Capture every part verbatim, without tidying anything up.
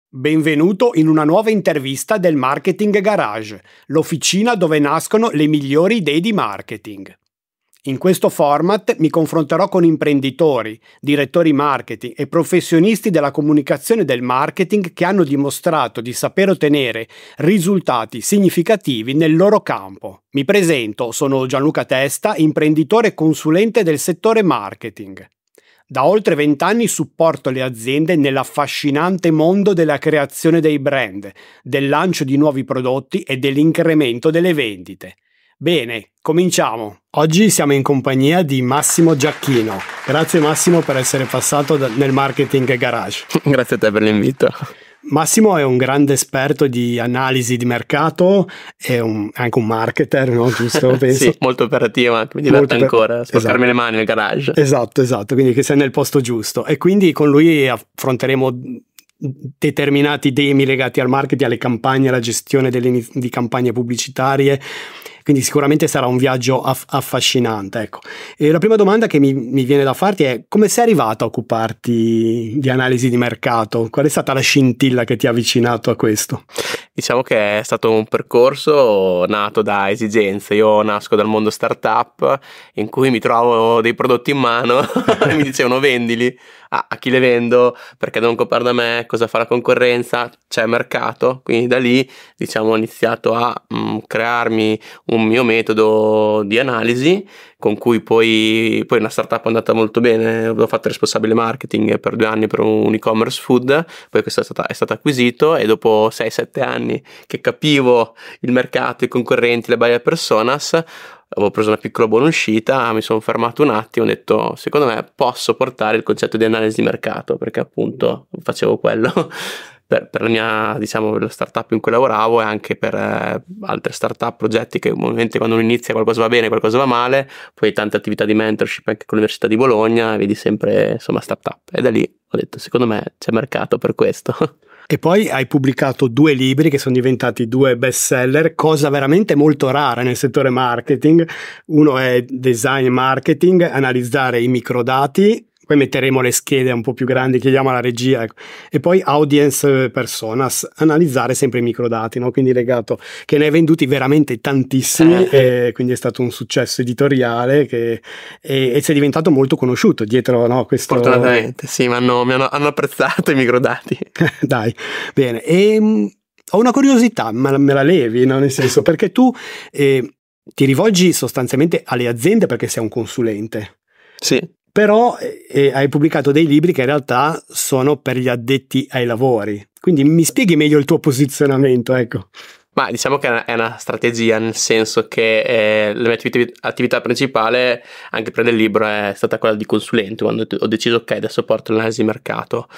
Benvenuto in una nuova intervista del Marketing Garage, l'officina dove nascono le migliori idee di marketing. In questo format mi confronterò con imprenditori, direttori marketing e professionisti della comunicazione e del marketing che hanno dimostrato di saper ottenere risultati significativi nel loro campo. Mi presento, sono Gianluca Testa, imprenditore e consulente del settore marketing. Da oltre vent'anni supporto le aziende nell'affascinante mondo della creazione dei brand, del lancio di nuovi prodotti e dell'incremento delle vendite. Bene, cominciamo. Oggi siamo in compagnia di Massimo Giacchino. Grazie Massimo per essere passato nel Marketing Garage. Grazie a te per l'invito. Massimo è un grande esperto di analisi di mercato, è un, anche un marketer, no? Giusto? Penso. Sì, molto operativo, anche mi diverte Molto ancora per... sporcarmi esatto. le mani nel garage. Esatto, esatto, quindi che sei nel posto giusto. E quindi con lui affronteremo determinati temi legati al marketing, alle campagne, alla gestione delle, di campagne pubblicitarie. Quindi sicuramente sarà un viaggio aff- affascinante. Ecco. E la prima domanda che mi, mi viene da farti è: come sei arrivato a occuparti di analisi di mercato? Qual è stata la scintilla che ti ha avvicinato a questo? Diciamo che è stato un percorso nato da esigenze. Io nasco dal mondo startup in cui mi trovo dei prodotti in mano e mi dicevano vendili. Ah, a chi le vendo? Perché devono comprare da me? Cosa fa la concorrenza? C'è mercato? Quindi da lì diciamo ho iniziato a mh, crearmi un mio metodo di analisi con cui poi, poi una startup è andata molto bene. Ho fatto responsabile marketing per due anni per un e-commerce food, poi questo è stato, è stato acquisito e dopo sei sette anni che capivo il mercato, i concorrenti, le buyer personas, avevo preso una piccola buona uscita, mi sono fermato un attimo e ho detto: secondo me posso portare il concetto di analisi di mercato, perché appunto facevo quello per, per la mia, diciamo, la startup in cui lavoravo e anche per eh, altre startup, progetti che ovviamente quando uno inizia qualcosa va bene, qualcosa va male, poi tante attività di mentorship anche con l'Università di Bologna, vedi sempre insomma startup, e da lì ho detto: secondo me c'è mercato per questo. E poi hai pubblicato due libri che sono diventati due bestseller, cosa veramente molto rara nel settore marketing. Uno è Design Marketing, analizzare i microdati, poi metteremo le schede un po' più grandi, chiediamo alla regia, ecco. E poi Audience Personas, analizzare sempre i microdati, no? Quindi legato, che ne hai venduti veramente tantissimi, eh. E quindi è stato un successo editoriale che, e, e sei diventato molto conosciuto dietro, no, questo... Fortunatamente, sì, mi hanno, mi hanno, hanno apprezzato i microdati. Dai, bene. E, mh, ho una curiosità, ma me la levi, no? Nel senso, perché tu eh, ti rivolgi sostanzialmente alle aziende perché sei un consulente. Sì. Però eh, hai pubblicato dei libri che in realtà sono per gli addetti ai lavori. Quindi mi spieghi meglio il tuo posizionamento, ecco. Ma diciamo che è una strategia, nel senso che eh, la mia attività, attività principale, anche per il libro, è stata quella di consulente, quando ho deciso ok, adesso porto l'analisi di mercato.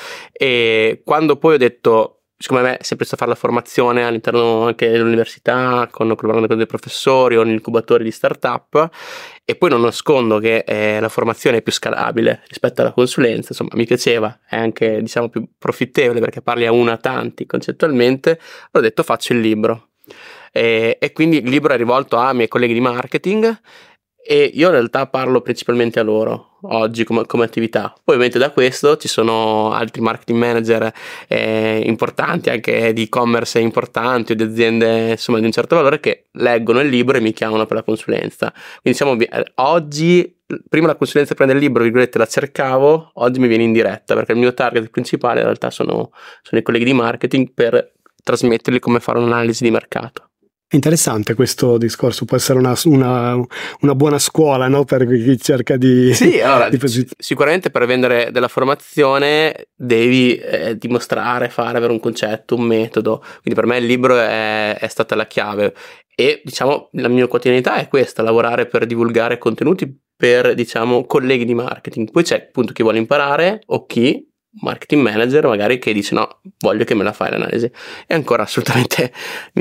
E quando poi ho detto, siccome a me è sempre stato fare la formazione all'interno anche dell'università, con collaborando con dei professori o in incubatori di startup, e poi non nascondo che eh, la formazione è più scalabile rispetto alla consulenza, insomma mi piaceva, è anche diciamo più profittevole perché parli a una a tanti concettualmente, ho detto faccio il libro. E, e quindi il libro è rivolto a miei colleghi di marketing e io in realtà parlo principalmente a loro oggi come, come attività. Poi ovviamente da questo ci sono altri marketing manager eh, importanti, anche di e-commerce importanti o di aziende insomma di un certo valore, che leggono il libro e mi chiamano per la consulenza. Quindi diciamo oggi, prima la consulenza prende il libro, virgolette, la cercavo, oggi mi viene in diretta perché il mio target principale in realtà sono, sono i colleghi di marketing, per trasmettergli come fare un'analisi di mercato. Interessante questo discorso, può essere una, una, una buona scuola, no? Per chi cerca di... Sì, allora, di posit- sicuramente per vendere della formazione devi eh, dimostrare, fare, avere un concetto, un metodo, quindi per me il libro è, è stata la chiave e diciamo la mia quotidianità è questa, lavorare per divulgare contenuti per diciamo colleghi di marketing. Poi c'è appunto chi vuole imparare o chi marketing manager magari che dice no, voglio che me la fai l'analisi, e ancora assolutamente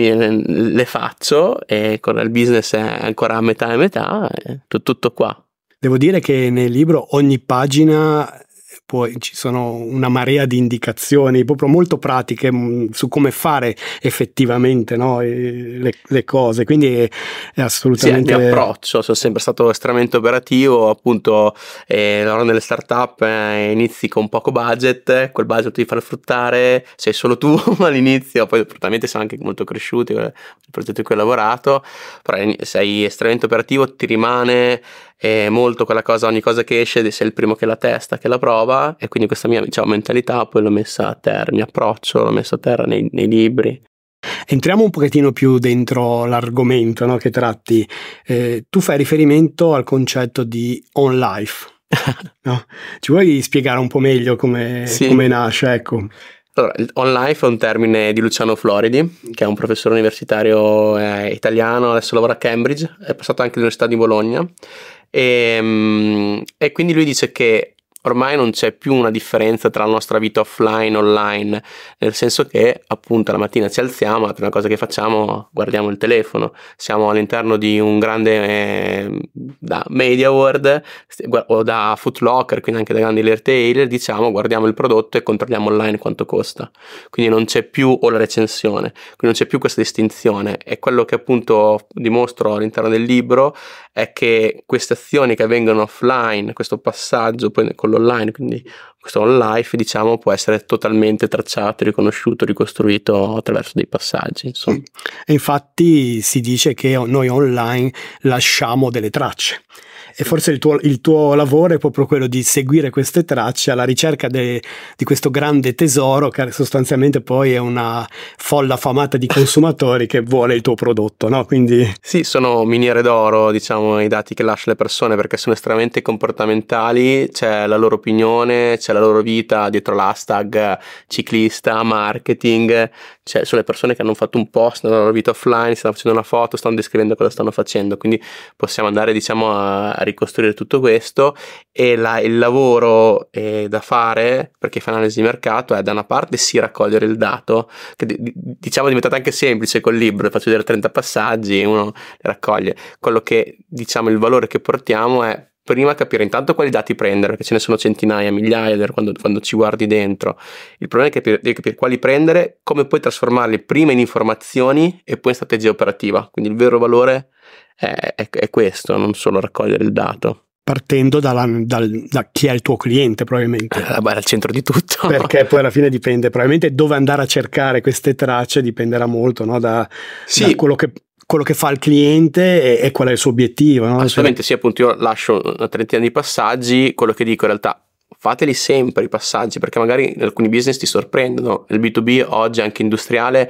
le faccio, e con il business è ancora a metà e metà, tutto, tutto qua. Devo dire che nel libro ogni pagina poi ci sono una marea di indicazioni proprio molto pratiche mh, su come fare effettivamente, no, le, le cose, quindi è, è assolutamente... Sì, il mio approccio, sono sempre stato estremamente operativo, appunto eh, lavoro nelle startup, eh, inizi con poco budget, quel budget devi farlo fruttare, sei solo tu all'inizio, poi probabilmente siamo anche molto cresciuti, il progetto in cui ho lavorato, però sei estremamente operativo, ti rimane eh, molto quella cosa, ogni cosa che esce sei il primo che la testa, che la prova, e quindi questa mia, diciamo, mentalità poi l'ho messa a terra, il mio approccio l'ho messo a terra nei, nei libri. Entriamo un pochettino più dentro l'argomento, no, che tratti. Eh, tu fai riferimento al concetto di on life, no? Ci vuoi spiegare un po' meglio come, sì. come nasce? Ecco. Allora, on life è un termine di Luciano Floridi, che è un professore universitario eh, italiano, adesso lavora a Cambridge, è passato anche all'Università di Bologna, e, e quindi lui dice che ormai non c'è più una differenza tra la nostra vita offline e online, nel senso che appunto la mattina ci alziamo, la prima cosa che facciamo, guardiamo il telefono, siamo all'interno di un grande eh, da Media World o da Foot Locker, quindi anche da grandi retailer, diciamo, guardiamo il prodotto e controlliamo online quanto costa, quindi non c'è più, o la recensione, quindi non c'è più questa distinzione, e quello che appunto dimostro all'interno del libro è che queste azioni che avvengono offline, questo passaggio poi con l'online, quindi questo on life, diciamo, può essere totalmente tracciato, riconosciuto, ricostruito attraverso dei passaggi, insomma. E infatti si dice che noi online lasciamo delle tracce. E forse il tuo, il tuo lavoro è proprio quello di seguire queste tracce alla ricerca de, di questo grande tesoro che sostanzialmente poi è una folla affamata di consumatori che vuole il tuo prodotto, no? Quindi... Sì, sono miniere d'oro, diciamo, i dati che lasciano le persone, perché sono estremamente comportamentali, c'è la loro opinione, c'è la loro vita dietro l'hashtag ciclista, marketing, cioè sono le persone che hanno fatto un post nella loro vita offline, stanno facendo una foto, stanno descrivendo cosa stanno facendo, quindi possiamo andare, diciamo, a ricostruire tutto questo, e la, il lavoro eh, da fare per chi fa analisi di mercato è da una parte sì raccogliere il dato, che diciamo è diventato anche semplice col libro, faccio vedere trenta passaggi, uno li raccoglie. Quello che diciamo il valore che portiamo è prima capire intanto quali dati prendere, perché ce ne sono centinaia, migliaia quando, quando ci guardi dentro. Il problema è capire, devi capire quali prendere, come puoi trasformarli prima in informazioni e poi in strategia operativa, quindi il vero valore è, è, è questo, non solo raccogliere il dato. Partendo dalla, dal, da chi è il tuo cliente, probabilmente. Eh, beh, è al centro di tutto. Perché poi alla fine dipende, probabilmente dove andare a cercare queste tracce dipenderà molto, no? da, sì. da quello che quello che fa il cliente e, e qual è il suo obiettivo, no? Assolutamente sì, appunto io lascio una trentina di passaggi, quello che dico in realtà fateli sempre i passaggi, perché magari in alcuni business ti sorprendono. Il B due B oggi anche industriale,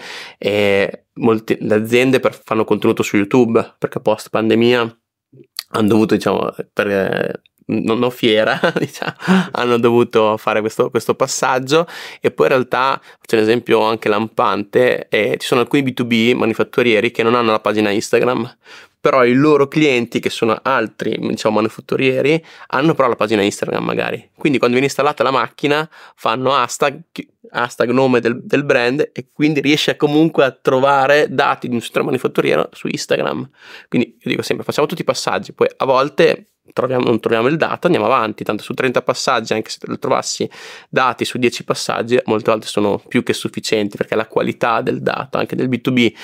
eh, molte le aziende per, fanno contenuto su YouTube, perché post pandemia hanno dovuto, diciamo, per eh, non ho fiera, diciamo, hanno dovuto fare questo, questo passaggio, e poi in realtà faccio un esempio anche lampante, eh, ci sono alcuni B due B manifatturieri che non hanno la pagina Instagram, però i loro clienti, che sono altri, diciamo, manifatturieri, hanno però la pagina Instagram magari, quindi quando viene installata la macchina fanno hashtag, hashtag nome del, del brand, e quindi riesce comunque a trovare dati di un settore manifatturiero su Instagram. Quindi io dico sempre, facciamo tutti i passaggi, poi a volte troviamo, non troviamo il dato, andiamo avanti, tanto su trenta passaggi, anche se lo trovassi dati su dieci passaggi, molte volte sono più che sufficienti, perché la qualità del dato, anche del B due B,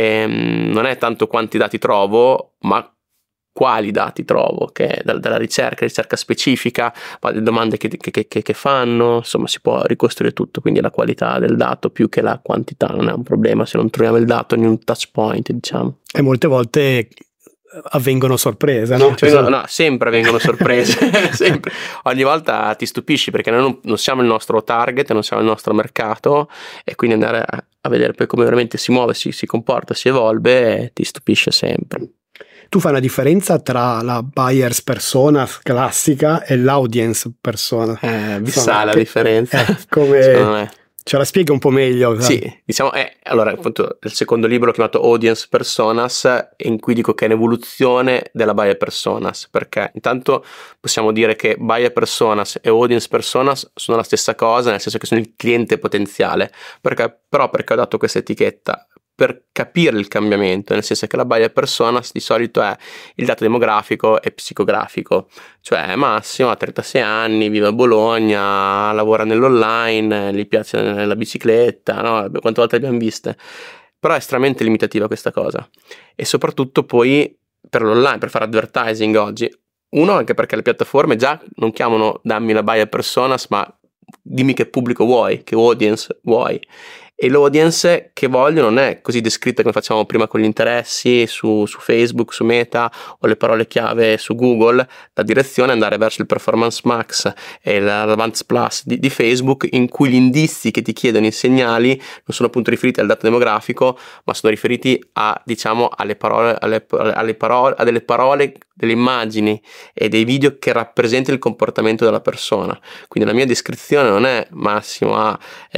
ehm, non è tanto quanti dati trovo, ma quali dati trovo, che dalla, dalla ricerca, ricerca specifica, le domande che, che, che, che fanno, insomma si può ricostruire tutto, quindi la qualità del dato più che la quantità non è un problema se non troviamo il dato in un touch point, diciamo. E molte volte avvengono sorprese, no? Cioè, vengono, no, sempre avvengono sorprese, sempre. Ogni volta ti stupisci, perché noi non, non siamo il nostro target, non siamo il nostro mercato, e quindi andare a, a vedere poi come veramente si muove, si, si comporta, si evolve, ti stupisce sempre. Tu fai una differenza tra la buyer's persona classica e l'audience persona. Eh, vi sa la che, differenza. Eh, come... Ce la spiega un po' meglio? Sì, diciamo, è, allora, appunto, il secondo libro chiamato Audience Personas, in cui dico che è un'evoluzione della buyer personas, perché intanto possiamo dire che buyer personas e audience personas sono la stessa cosa, nel senso che sono il cliente potenziale, perché, però perché ho dato questa etichetta? per capire il cambiamento, nel senso che la buyer persona di solito è il dato demografico e psicografico, cioè Massimo ha trentasei anni, vive a Bologna, lavora nell'online, gli piace la bicicletta, no? Quante volte l'abbiamo viste? Però è estremamente limitativa questa cosa, e soprattutto poi per l'online, per fare advertising oggi, uno anche perché le piattaforme già non chiamano dammi la buyer personas, ma dimmi che pubblico vuoi, che audience vuoi, e l'audience che voglio non è così descritta come facciamo prima con gli interessi su, su Facebook, su Meta, o le parole chiave su Google. La direzione è andare verso il Performance Max e l'Advanced Plus di, di Facebook, in cui gli indizi che ti chiedono i segnali non sono appunto riferiti al dato demografico, ma sono riferiti a, diciamo, alle parole, alle, alle parole, a delle parole, delle immagini e dei video che rappresentano il comportamento della persona. Quindi la mia descrizione non è Massimo ha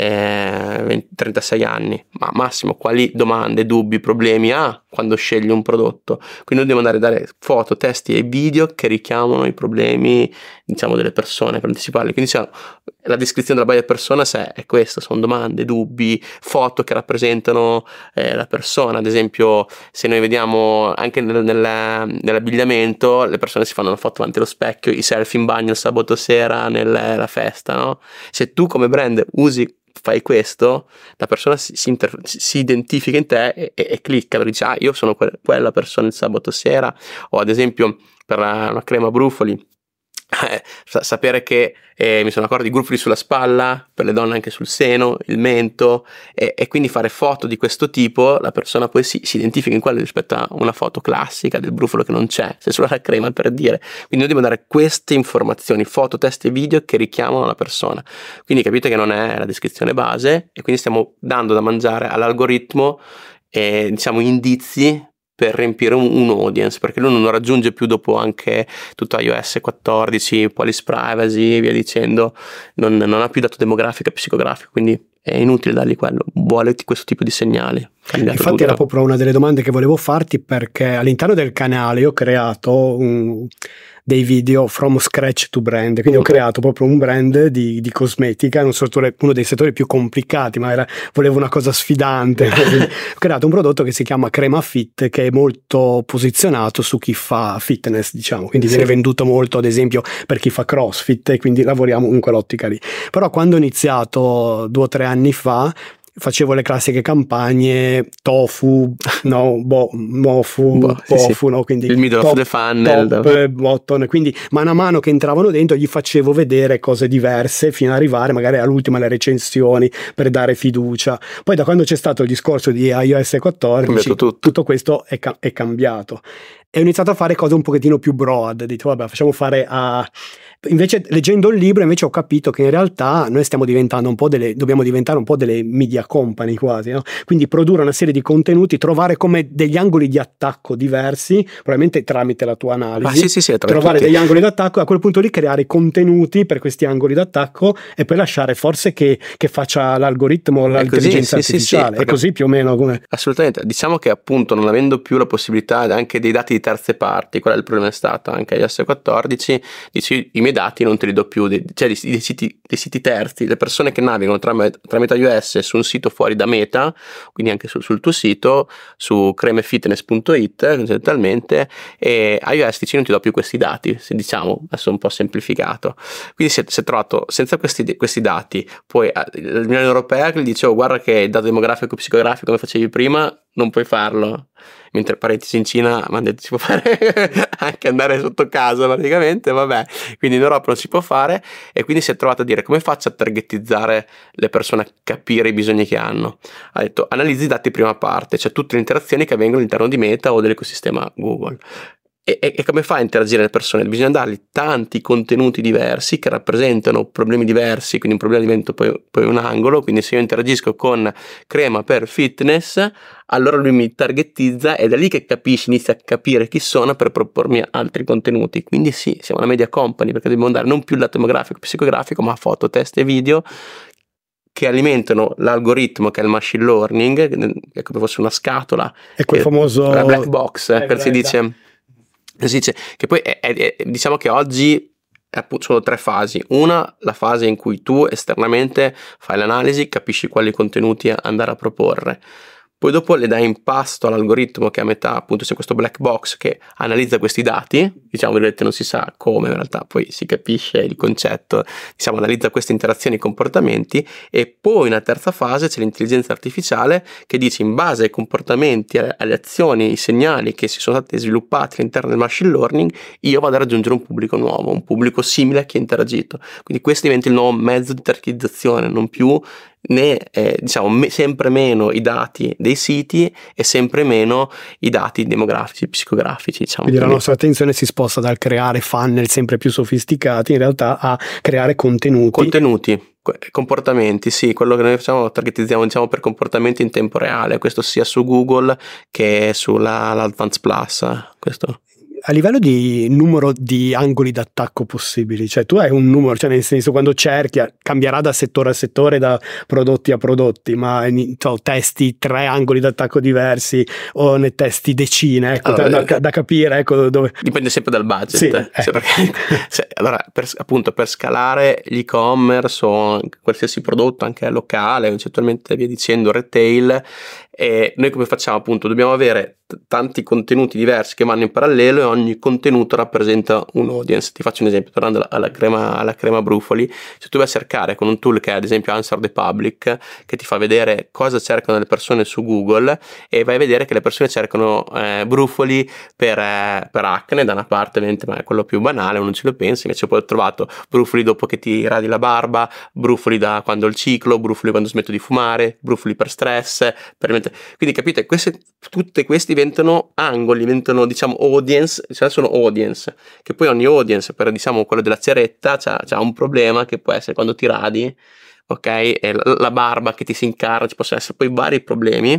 eh, trentasei anni, ma Massimo quali domande, dubbi, problemi ha quando sceglie un prodotto. Quindi noi dobbiamo andare a dare foto, testi e video che richiamano i problemi, diciamo, delle persone, per anticiparli. Quindi diciamo, la descrizione della buyer persona se è questa, sono domande, dubbi, foto che rappresentano eh, la persona. Ad esempio, se noi vediamo anche nel, nel, nell'abbigliamento, le persone si fanno una foto davanti allo specchio, i selfie in bagno il sabato sera nella festa, no? Se tu come brand usi fai questo, la persona si, si, inter- si identifica in te e, e, e clicca, perché dice ah, io sono que- quella persona il sabato sera. O ad esempio per la, una crema brufoli, eh, sapere che eh, mi sono accorto di brufoli sulla spalla, per le donne anche sul seno, il mento, e, e quindi fare foto di questo tipo, la persona poi si, si identifica in quello rispetto a una foto classica del brufolo che non c'è, se solo la crema, per dire. Quindi noi dobbiamo dare queste informazioni, foto, testi e video che richiamano la persona. Quindi capite che non è la descrizione base, e quindi stiamo dando da mangiare all'algoritmo eh, diciamo indizi per riempire un, un audience, perché lui non raggiunge più, dopo anche tutto iOS quattordici, policy privacy, via dicendo, non, non ha più dato demografico e psicografico, quindi è inutile dargli quello, vuole questo tipo di segnali. Infatti tutto. Era proprio una delle domande che volevo farti, perché all'interno del canale io ho creato un, dei video from scratch to brand, quindi mm. ho creato proprio un brand di, di cosmetica, un settore, uno dei settori più complicati, ma era, volevo una cosa sfidante. Ho creato un prodotto che si chiama Crema Fit, che è molto posizionato su chi fa fitness, diciamo, quindi sì. Viene venduto molto ad esempio per chi fa CrossFit, e quindi lavoriamo in quell'ottica lì. Però quando ho iniziato due o tre anni fa facevo le classiche campagne tofu, no, bo, mofu, Bo, pofu, sì, sì. No? Quindi il middle top, of the funnel, top, bottom, quindi mano a mano che entravano dentro gli facevo vedere cose diverse fino ad arrivare magari all'ultima alle recensioni per dare fiducia. Poi da quando c'è stato il discorso di iOS quattordici tutto. tutto questo è, ca- è cambiato, e ho iniziato a fare cose un pochettino più broad. Ho detto vabbè, facciamo fare a... Invece leggendo il libro invece ho capito che in realtà noi stiamo diventando un po' delle, dobbiamo diventare un po' delle media company quasi, no? Quindi produrre una serie di contenuti, trovare come degli angoli di attacco diversi, probabilmente tramite la tua analisi, ah, sì, sì, sì, trovare tutti. degli angoli d'attacco, e a quel punto lì creare contenuti per questi angoli d'attacco, e poi lasciare forse che, che faccia l'algoritmo, l'intelligenza così, artificiale. sì, sì, sì, è così più o meno come... Assolutamente, diciamo che appunto non avendo più la possibilità anche dei dati di terze parti, qual è il problema? È stato anche iOS quattordici, dici i miei dati non te li do più, cioè dei, dei, siti, dei siti terzi, le persone che navigano tramite, tramite iOS su un sito fuori da Meta, quindi anche sul, sul tuo sito, su cremefitness punto it concettualmente, e iOS dice non ti do più questi dati, se diciamo adesso un po' semplificato. Quindi si è, si è trovato senza questi, questi dati, poi l'Unione Europea che gli dice oh, guarda che il dato demografico e psicografico come facevi prima non puoi farlo, mentre parentesi in Cina mi hanno detto si può fare anche andare sotto casa praticamente, vabbè, quindi in Europa non si può fare, e quindi si è trovato a dire come faccio a targetizzare le persone, a capire i bisogni che hanno. Ha detto analizzi i dati prima parte, cioè tutte le interazioni che avvengono all'interno di Meta o dell'ecosistema Google. E, e, e come fa a interagire le persone? Bisogna dargli tanti contenuti diversi che rappresentano problemi diversi, quindi un problema diventa poi, poi un angolo. Quindi se io interagisco con crema per fitness, allora lui mi targetizza, ed è lì che capisci, inizia a capire chi sono per propormi altri contenuti. Quindi sì, siamo una media company, perché dobbiamo dare non più il lato demografico, psicografico, ma foto, test e video che alimentano l'algoritmo, che è il machine learning, è come fosse una scatola, è quel famoso la black box, per si dice. Si dice che poi è, è, è, diciamo che oggi sono tre fasi. Una, la fase in cui tu esternamente fai l'analisi, capisci quali contenuti andare a proporre. poi dopo le dai in pasto all'algoritmo che a metà appunto c'è questo black box che analizza questi dati, diciamo vedete non si sa come, in realtà poi si capisce il concetto, diciamo analizza queste interazioni e comportamenti, e poi in una terza fase c'è l'intelligenza artificiale che dice in base ai comportamenti, alle azioni, i segnali che si sono stati sviluppati all'interno del machine learning, io vado a raggiungere un pubblico nuovo, un pubblico simile a chi ha interagito, quindi questo diventa il nuovo mezzo di targetizzazione, non più né eh, diciamo me, sempre meno i dati dei siti e sempre meno i dati demografici, psicografici, diciamo. Quindi la nostra attenzione si sposta dal creare funnel sempre più sofisticati in realtà a creare contenuti. Contenuti, comportamenti, sì, quello che noi facciamo targetizziamo diciamo per comportamenti in tempo reale, questo sia su Google che sulla l'Advanced Plus, questo. A livello di numero di angoli d'attacco possibili, cioè tu hai un numero, cioè nel senso quando cerchi, cambierà da settore a settore, da prodotti a prodotti, ma cioè, testi tre angoli d'attacco diversi o ne testi decine, ecco, allora, da, da capire, ecco dove... Dipende sempre dal budget, sì, cioè, eh. perché, cioè, allora per, appunto per scalare l'e-commerce o qualsiasi prodotto anche locale, eventualmente via dicendo retail, e noi come facciamo appunto? Dobbiamo avere t- tanti contenuti diversi che vanno in parallelo e ogni contenuto rappresenta un audience. Ti faccio un esempio, tornando alla, alla, crema, alla crema brufoli, se tu vai a cercare con un tool che è ad esempio Answer the Public, che ti fa vedere cosa cercano le persone su Google, e vai a vedere che le persone cercano eh, brufoli per, eh, per acne da una parte, ovviamente, ma è quello più banale, uno non ce lo pensa, invece poi ho trovato brufoli dopo che ti radi la barba, brufoli da quando ho il ciclo, brufoli quando smetto di fumare, brufoli per stress, per quindi capite, queste, tutte questi diventano angoli, diventano diciamo audience, cioè sono audience, che poi ogni audience per diciamo quello della ceretta c'ha, c'ha un problema che può essere quando ti radi, ok, e la, la barba che ti si incarna, ci possono essere poi vari problemi,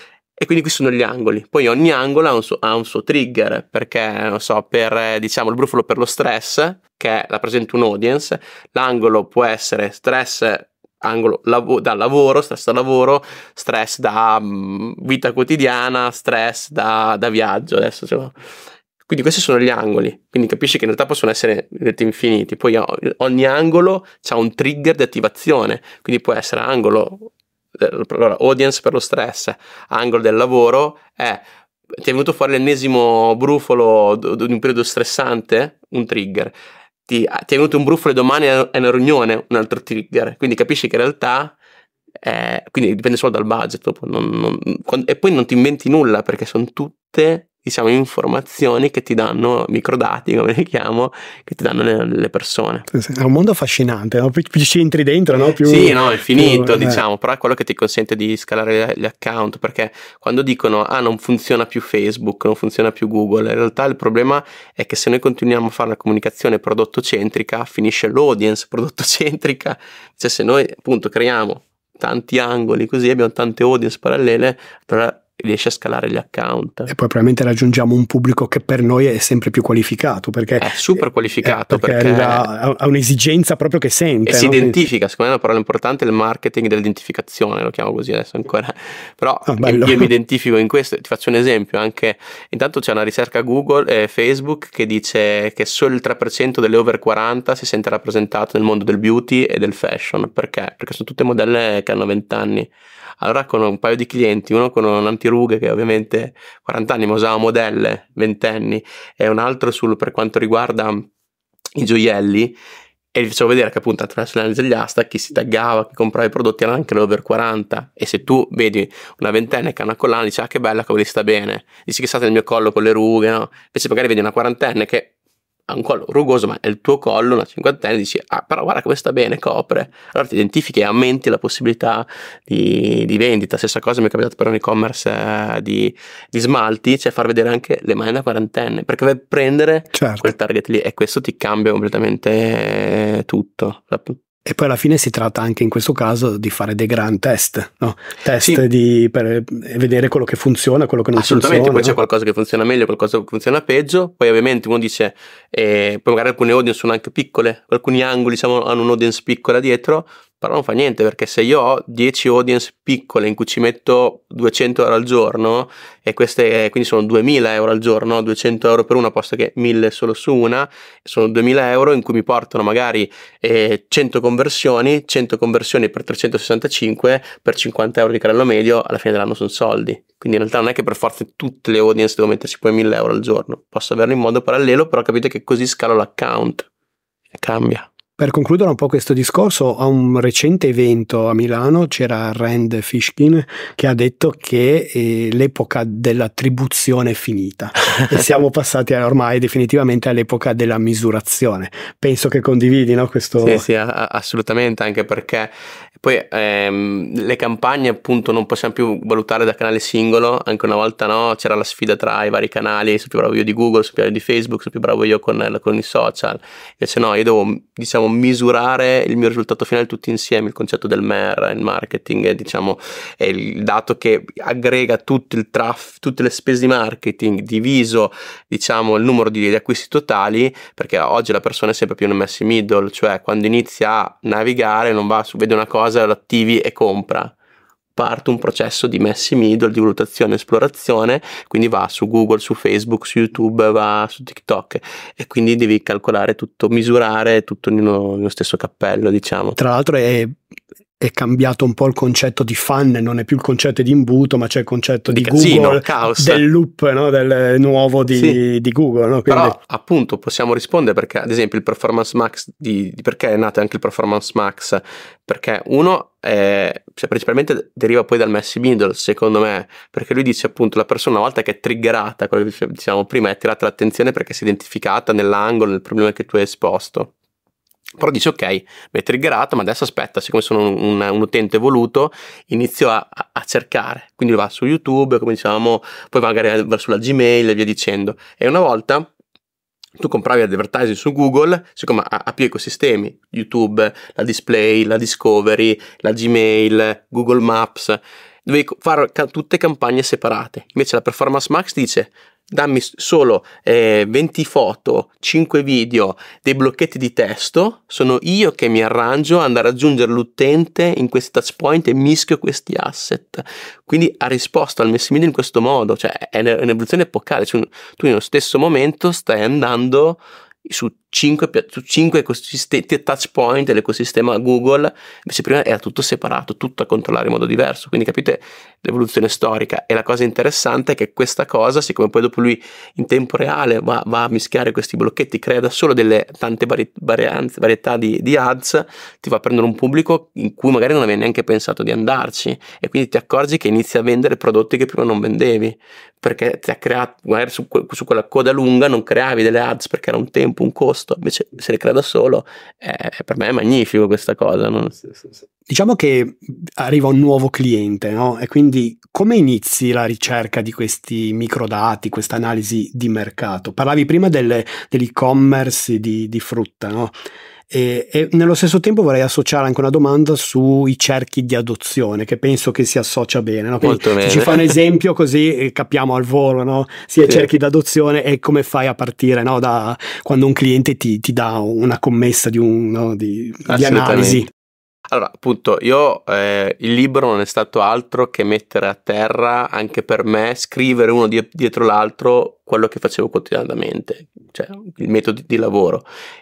e quindi qui sono gli angoli. Poi ogni angolo ha un suo, ha un suo trigger, perché non so, per diciamo il brufolo per lo stress, che rappresenta un audience, l'angolo può essere stress angolo lav- da lavoro, stress da lavoro, stress da um, vita quotidiana, stress da, da viaggio, adesso cioè. Quindi questi sono gli angoli, quindi capisci che in realtà possono essere infiniti. Poi ogni angolo ha un trigger di attivazione, quindi può essere angolo allora, audience per lo stress, angolo del lavoro è ti è venuto fuori l'ennesimo brufolo di un periodo stressante, un trigger. Ti, ti è venuto un brufolo e domani è una riunione, un altro trigger, quindi capisci che in realtà è, quindi dipende solo dal budget dopo, non, non, e poi non ti inventi nulla perché sono tutte diciamo informazioni che ti danno, microdati come li chiamo, che ti danno le, le persone. È un mondo affascinante, no? Più, più ci entri dentro, no? Più, sì, no, è finito, più, diciamo, eh. però è quello che ti consente di scalare gli account, perché quando dicono ah non funziona più Facebook, non funziona più Google, in realtà il problema è che se noi continuiamo a fare una comunicazione prodotto centrica, finisce l'audience prodotto centrica, cioè se noi appunto creiamo tanti angoli così, abbiamo tante audience parallele, allora riesce a scalare gli account. E poi probabilmente raggiungiamo un pubblico che per noi è sempre più qualificato, perché è super qualificato, eh, perché, perché arriva a un'esigenza proprio che sente e no? Si identifica, Quindi... secondo me è una parola importante, il marketing dell'identificazione, lo chiamo così adesso ancora, però ah, io, io mi identifico in questo. Ti faccio un esempio, anche intanto c'è una ricerca Google e eh, Facebook che dice che solo il tre per cento delle over quaranta si sente rappresentato nel mondo del beauty e del fashion. Perché? Perché sono tutte modelle che hanno venti anni. Allora con un paio di clienti, uno con un antirughe che ovviamente quaranta anni ma usava modelle ventenni, e un altro sul per quanto riguarda i gioielli, e vi facevo vedere che appunto attraverso l'analisi degli hashtag chi si taggava, chi comprava i prodotti erano anche l'over quaranta, e se tu vedi una ventenne che ha una collana dici ah che bella, cavoli sta bene, dici che state nel mio collo con le rughe, no? Invece magari vedi una quarantenne che ha un collo rugoso ma è il tuo collo, una cinquantenne, dici ah però guarda come sta bene, copre, allora ti identifichi e aumenti la possibilità di, di vendita. Stessa cosa mi è capitato per un e-commerce eh, di, di smalti, cioè far vedere anche le mani da quarantenne, perché vai a prendere certo. quel target lì, e questo ti cambia completamente tutto. E poi alla fine si tratta anche in questo caso di fare dei grand test, no? Test sì. di, per vedere quello che funziona, quello che non assolutamente, funziona. Poi no? c'è qualcosa che funziona meglio, qualcosa che funziona peggio. Poi ovviamente uno dice, eh, poi magari alcune audience sono anche piccole, alcuni angoli diciamo hanno un'audience piccola dietro, però non fa niente, perché se io ho dieci audience piccole in cui ci metto duecento euro al giorno, e queste quindi sono duemila euro al giorno, duecento euro per una posto che mille solo su una, sono duemila euro in cui mi portano magari eh, cento conversioni, cento conversioni per trecentosessantacinque, per cinquanta euro di carrello medio, alla fine dell'anno sono soldi. Quindi in realtà non è che per forza tutte le audience devo metterci poi mille euro al giorno, posso averlo in modo parallelo, però capite che così scalo l'account e cambia. Per concludere un po' questo discorso, a un recente evento a Milano c'era Rand Fishkin che ha detto che eh, l'epoca dell'attribuzione è finita e siamo passati ormai definitivamente all'epoca della misurazione. Penso che condividi, no? Questo... Sì, sì, a- assolutamente, anche perché poi ehm, le campagne appunto non possiamo più valutare da canale singolo. Anche una volta no, c'era la sfida tra i vari canali, sono più bravo io di Google, sono più bravo di Facebook, sono più bravo io con, con i social. Invece no, io devo, diciamo, misurare il mio risultato finale tutti insieme. Il concetto del M E R, il marketing, è, diciamo, è il dato che aggrega tutto il traffic, tutte le spese di marketing diviso, diciamo, il numero di, di acquisti totali, perché oggi la persona è sempre più nel messy middle, cioè quando inizia a navigare non va su, vede una cosa, lo attivi e compra. Parte un processo di messy middle, di valutazione, esplorazione, quindi va su Google, su Facebook, su YouTube, va su TikTok, e quindi devi calcolare tutto, misurare tutto nello, nello stesso cappello, diciamo. Tra l'altro è, è cambiato un po' il concetto di funnel, non è più il concetto di imbuto, ma c'è il concetto di, di casino, Google, caos. del loop, no? Del nuovo di, sì. di Google. No? Quindi... Però appunto possiamo rispondere perché, ad esempio, il Performance Max, di, di perché è nato anche il Performance Max? Perché uno, è, cioè, principalmente deriva poi dal messy middle, secondo me, perché lui dice appunto la persona una volta che è triggerata, quello che diciamo prima, è tirata l'attenzione perché si è identificata nell'angolo, nel problema che tu hai esposto. Però dice ok, mi è triggerato, ma adesso aspetta, siccome sono un, un, un utente evoluto, inizio a, a cercare, quindi va su YouTube, come dicevamo, poi magari va sulla Gmail e via dicendo. E una volta tu compravi advertising su Google, siccome ha, ha più ecosistemi, YouTube, la display, la discovery, la Gmail, Google Maps, dovevi fare ca- tutte campagne separate. Invece la Performance Max dice dammi solo eh, venti foto, cinque video, dei blocchetti di testo, sono io che mi arrangio ad andare a raggiungere l'utente in questi touch point e mischio questi asset. Quindi ha risposto al messy middle in questo modo, cioè è un'evoluzione epocale, cioè, tu nello stesso momento stai andando su cinque, su cinque touch point dell'ecosistema Google, invece prima era tutto separato, tutto a controllare in modo diverso. Quindi capite l'evoluzione storica. E la cosa interessante è che questa cosa, siccome poi dopo lui in tempo reale va, va a mischiare questi blocchetti, crea da solo delle tante vari, varianze, varietà di, di ads, ti va a prendere un pubblico in cui magari non avevi neanche pensato di andarci, e quindi ti accorgi che inizi a vendere prodotti che prima non vendevi, perché ti ha creato, magari su, su quella coda lunga non creavi delle ads perché era un tempo, un costo, invece se le crea da solo, eh, per me è magnifico questa cosa, no? Sì, sì, sì. Diciamo che arriva un nuovo cliente, no? E quindi come inizi la ricerca di questi microdati, questa analisi di mercato? Parlavi prima del, dell'e-commerce di, di frutta, no? E, e nello stesso tempo vorrei associare anche una domanda sui cerchi di adozione, che penso che si associa bene, no? Quindi, molto bene. Se ci fa un esempio così capiamo al volo, no? Sia sì. cerchi di adozione e come fai a partire, no? Da quando un cliente ti, ti dà una commessa di, un, no? di, di analisi. Allora, appunto, io eh, il libro non è stato altro che mettere a terra anche per me, scrivere uno di- dietro l'altro quello che facevo quotidianamente, cioè il metodo di lavoro,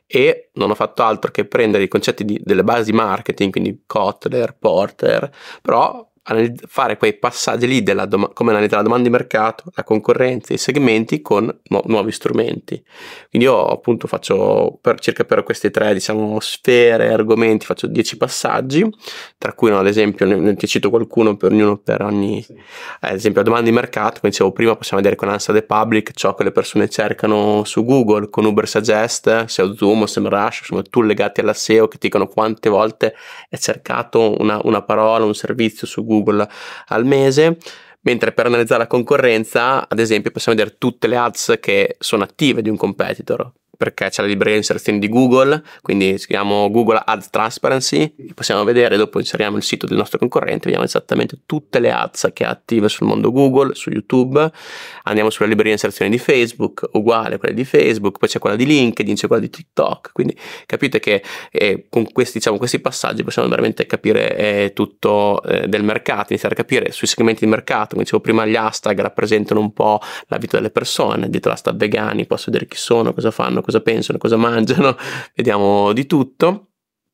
e non ho fatto altro che prendere i concetti di, delle basi marketing, quindi Kotler, Porter, però fare quei passaggi lì della dom- come analizzare la domanda di mercato, la concorrenza, i segmenti con nu- nuovi strumenti. Quindi io appunto faccio per circa per queste tre, diciamo, sfere, argomenti, faccio dieci passaggi, tra cui no, ad esempio ne, ne ti cito qualcuno per ognuno, per ogni sì. eh, ad esempio la domanda di mercato, come dicevo prima, possiamo vedere con Answer the Public ciò che le persone cercano su Google, con Uber Suggest, S E O Zoom o SEMrush, insomma tool legati alla S E O che ti dicono quante volte è cercato una, una parola, un servizio su Google Google al mese, mentre per analizzare la concorrenza, ad esempio, possiamo vedere tutte le ads che sono attive di un competitor. perché c'è la libreria di inserzioni di Google, quindi scriviamo Google Ads Transparency, possiamo vedere, dopo inseriamo il sito del nostro concorrente, vediamo esattamente tutte le ads che ha attive sul mondo Google, su YouTube. Andiamo sulla libreria di inserzioni di Facebook, uguale quella di Facebook, poi c'è quella di LinkedIn, c'è quella di TikTok, quindi capite che eh, con questi, diciamo, questi passaggi possiamo veramente capire eh, tutto eh, del mercato, iniziare a capire sui segmenti di mercato. Come dicevo prima, gli hashtag rappresentano un po' la vita delle persone, dietro l'hashtag vegani posso vedere chi sono, cosa fanno, cosa pensano, cosa mangiano, vediamo di tutto.